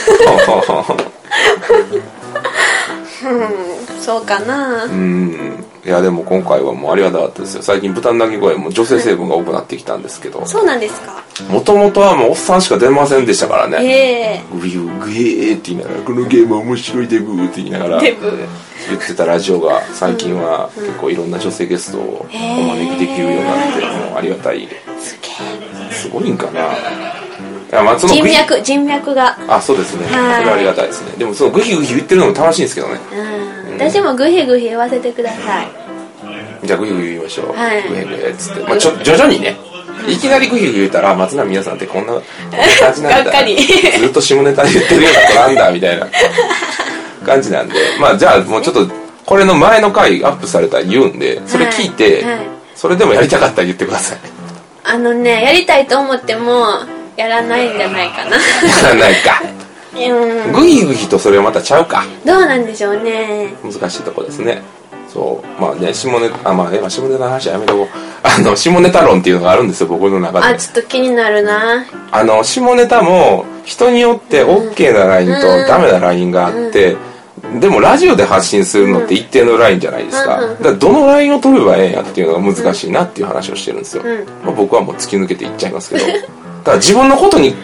そうかな。 いやでも今回はもうありがたかったですよ。最近豚の鳴き声も女性成分が多くなってきたんですけど。 そうなんですか。 もともとはもうおっさんしか出ませんでしたからね。グイグイって言いながら、このゲームは面白いデブーって言いながら言ってたラジオが最近は結構いろんな女性ゲストをお招きできるようになって、もうありがたい。すごいんかな。 人脈が。 あ、そうですね。それはありがたいですね。でもそのグヒグヒ言ってるのも楽しいんですけどね。 私もグヒグヒ言わせてください。 じゃあグヒグヒ言いましょう。グヒグヒっつって、まあ徐々にね。いきなりグヒグヒ言ったら松並皆さんってこんな感じなんだ。ずっと下ネタ言ってるような子なんだみたいな感じなんで、まあじゃあもうちょっとこれの前の回アップされたら言うんで、それ聞いて、それでもやりたかったら言ってください。 やりたいと思ってもやらないんじゃないかな。やらないか。グヒグヒとそれはまたちゃうか。 どうなんでしょうね。 難しいとこですね。そう、まあね、下ネタの話はやめとこう。 下ネタ論っていうのがあるんですよ、僕の中で。 ちょっと気になるな。 下ネタも人によって OK なラインとダメなラインがあって、でもラジオで発信するのって一定のラインじゃないですか。だからどのラインを取ればええんやっていうのが難しいなっていう話をしてるんですよ。まあ、僕はもう突き抜けていっちゃいますけど。だから自分のことに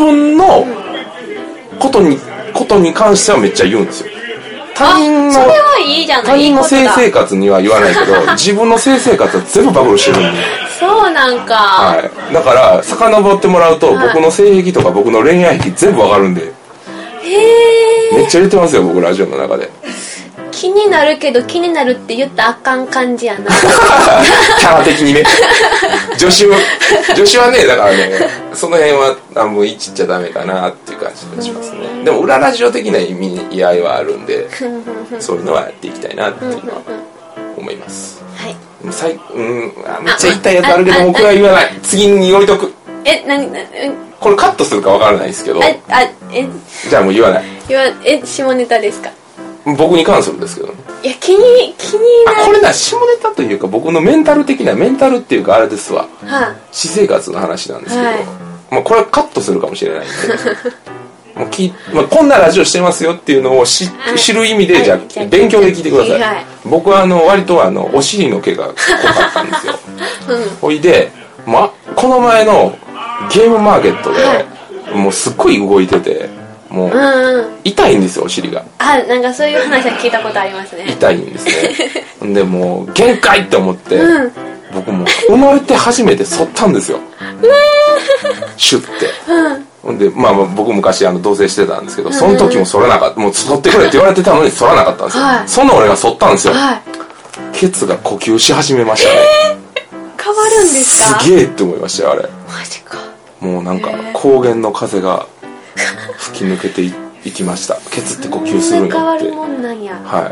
関してはめっちゃ言うんですよ。他人それはいいじゃない。 他人の性生活には言わないけど、自分の性生活は全部暴露してるんで。 そうなんか。 はい。だから遡ってもらうと、僕の性癖とか僕の恋愛癖全部わかるんで。めっちゃ言ってますよ、僕ラジオの中で。 気になるけど気になるって言ったらあかん感じやな。 キャラ的にね。女子はね、だからね、その辺は半分いじっちゃダメかなっていう感じがしますね。でも裏ラジオ的な意味合いはあるんで、そういうのはやっていきたいなっていうのは思います。 はい。 めっちゃ言いたいやつあるけど僕は言わない。次に置いとく。これカットするかわからないですけど。じゃあもう言わない。 下ネタですか？ 僕に関するですけどね。 いや、気になる。 これ下ネタというか僕のメンタルっていうかあれですわ。私生活の話なんですけど、まあこれはカットするかもしれないんで。もうこんなラジオしてますよっていうのを知る意味で、じゃあ勉強で聞いてください。僕は割とお尻の毛が濃かったんですよ。ほいで、この前のゲームマーケットでもうすっごい動いてて、もう痛いんですよ、お尻が。 なんかそういう話は聞いたことありますね。 痛いんですね。でもう限界って思って、僕も生まれて初めて剃ったんですよ。シュッて。ほんで僕昔同棲してたんですけど、その時も剃らなかった。もう剃ってくれって言われてたのに剃らなかったんですよ。その俺が剃ったんですよ。ケツが呼吸し始めましたね。 変わるんですか？ すげえって思いましたよ、あれ。 マジか。 もうなんか高原の風が吹き抜けていきました。ケツって呼吸するんやって。 変わるもんなんや。 はい。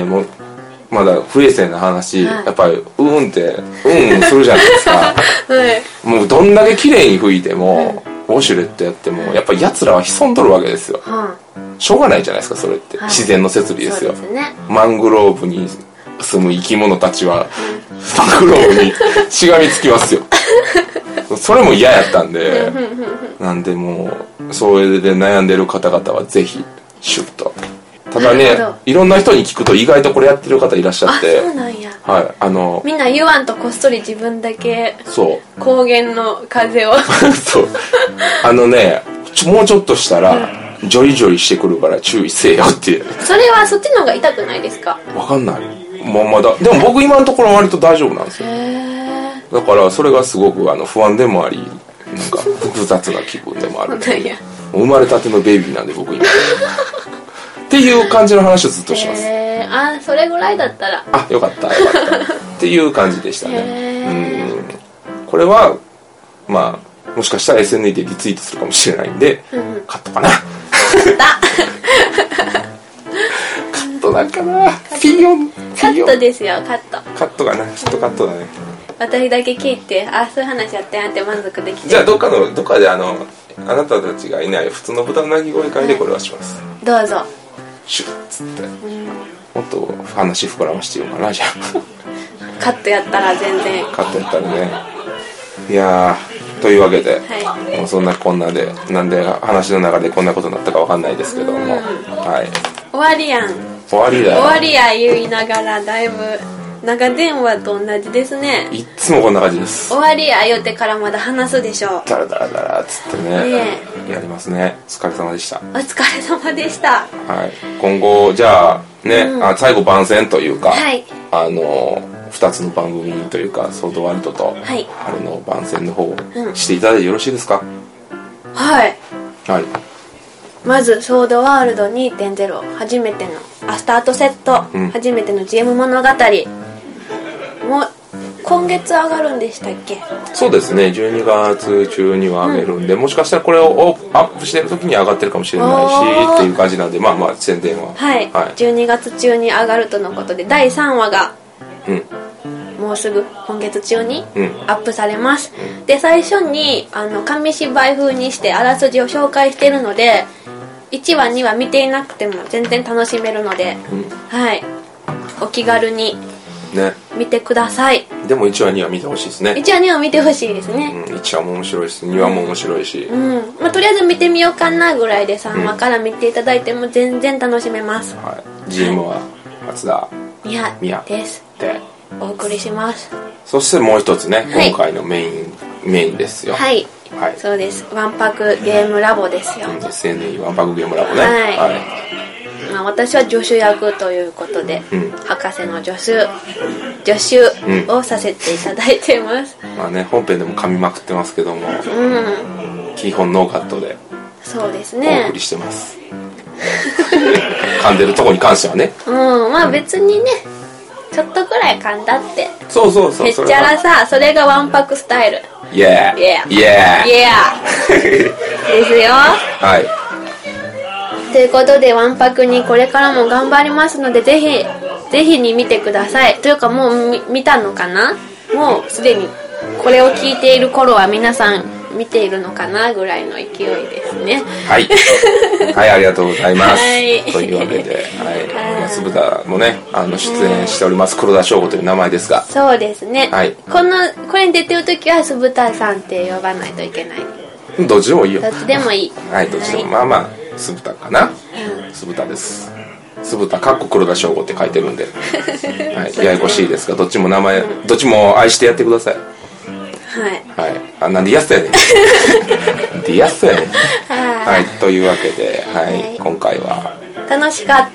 もうまだ不衛生な話、やっぱりってするじゃないですか。もうどんだけ綺麗に拭いても、ウォシュレットやってもやっぱり奴らは潜んどるわけですよ。しょうがないじゃないですか、それって。自然の摂理ですよ。マングローブに住む生き物たちはマングローブにしがみつきますよ。それも嫌やったんで、なんでもうそれで悩んでる方々はぜひシュッと。ただね、いろんな人に聞くと意外とこれやってる方いらっしゃって。 そうなんや。 はい。 みんな言わんとこっそり自分だけ。 そう。 高原の風を。 そう。もうちょっとしたらジョリジョリしてくるから注意せよって。 それはそっちの方が痛くないですか？ わかんない。まだでも僕今のところ割と大丈夫なんですよ。だからそれがすごく不安でもあり、なんか複雑な気分でもある。生まれたてのベイビーなんで僕今。っていう感じの話をずっとします。 それぐらいだったら。 よかったっていう感じでしたね。これはもしかしたら SNE でリツイートするかもしれないんで、カットかな。カットなんかな。ピヨン。 カットですよ、カット。 カットかな、きっとカットだね。 私だけ聞いて、そういう話やってなって満足できて。 じゃあどっかであなたたちがいない普通の豚の鳴き声会でこれはします。 どうぞ。 シュッつって。もっと話膨らましてようかな、じゃあ。 カットやったら全然。 カットやったらね。いやー、というわけで、もうそんなこんなで、なんで話の中でこんなことになったかわかんないですけども、 終わりやん。 終わりだよ。 終わりや言いながらだいぶ長電話と同じですね。 いっつもこんな感じです。 終わりや言うてからまだ話すでしょう。 ダラダラダラっつってね、やりますね。お疲れ様でした。 お疲れ様でした。 今後じゃあね、最後番宣というか、2つの番組というかソードワールドとあれの番宣の方をしていただいてよろしいですか？ はい。まずソードワールド 2.0 初めてのスタートセット、初めての GM 物語もう今月上がるんでしたっけ？ そうですね、12月中には上げるんで、もしかしたらこれをアップしてる時に上がってるかもしれないしっていう感じなんで、宣伝は 12月中に上がるとのことで、第3話がもうすぐ今月中にアップされます。で、最初に紙芝居風にしてあらすじを紹介してるので、1話2話見ていなくても全然楽しめるので、お気軽にね、 見てください。 でも1話2話見てほしいですね。 1話2話見てほしいですね。 1話も面白いし2話も面白いし、 まあ、とりあえず見てみようかなぐらいで3話から見ていただいても全然楽しめます。 はい、GM は松田みやですでお送りします。 そしてもう一つね、 はい、 今回のメインですよ。 はい、はい、そうです。わんぱくゲームラボですよ。 SNE わんぱくゲームラボね。 はい、 はい、 まあ、私は助手役ということで、博士の助手をさせていただいてます。 まあね、本編でも噛みまくってますけども、基本ノーカットでそうですねお送りしてます。噛んでるとこに関してはね、 まあ別にね、ちょっとぐらい噛んだって、 そうへっちゃらさ、それがわんぱくスタイル。 イエーですよ。 はい、 ということでわんぱくにこれからも頑張りますので、ぜひに見てください。というかもう見たのかな、もうすでにこれを聞いている頃は皆さん見ているのかなぐらいの勢いですね。 はいはい、ありがとうございます、 はい、 というわけで、はい、酢豚もね出演しております黒田翔吾という名前ですが、 そうですね、 はい、 これに出てる時は酢豚さんって呼ばないといけない。 どっちでもいいよ。 どっちでもいい。 はい、どっちでも、まあまあ酢豚かな、酢豚です。酢豚かっこ黒田翔吾って書いてるんで、はい、ややこしいですが、どっちも名前、どっちも愛してやってください。はい、なんでやすやねんでやすやねんはい、というわけで、はい、今回は楽しかった。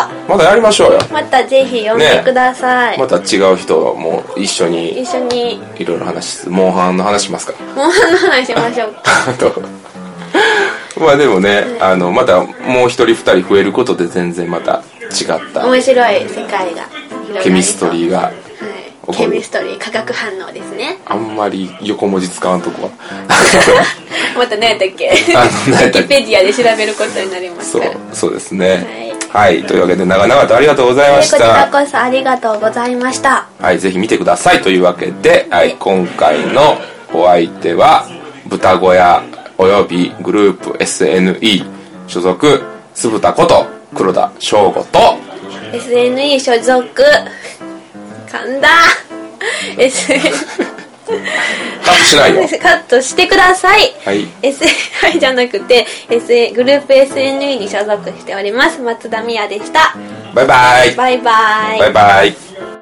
またやりましょうよ。 またぜひ呼んでください、 また違う人も一緒にいろいろモンハンの話しますか。 モンハンの話しましょうかまあでもね、またもう一人二人増えることで全然また違った面白い世界がケミストリーがケミストリー化学反応ですね。 あんまり横文字使わんとこはまた何やったっけウィキペディアで調べることになりますから。 そうですね、はい、というわけで長々とありがとうございました。 こちらこそありがとうございました。 はい、ぜひ見てくださいというわけで、はい、今回のお相手は豚小屋およびグループ SNE 所属酢豚こと黒田翔吾と SNE 所属噛んだカットしないよ。 カットしてください。 はい、 はいじゃなくて、グループ SNE に所属しております松田美也でした。 バイバイ。 バイバイ。 バイバイ。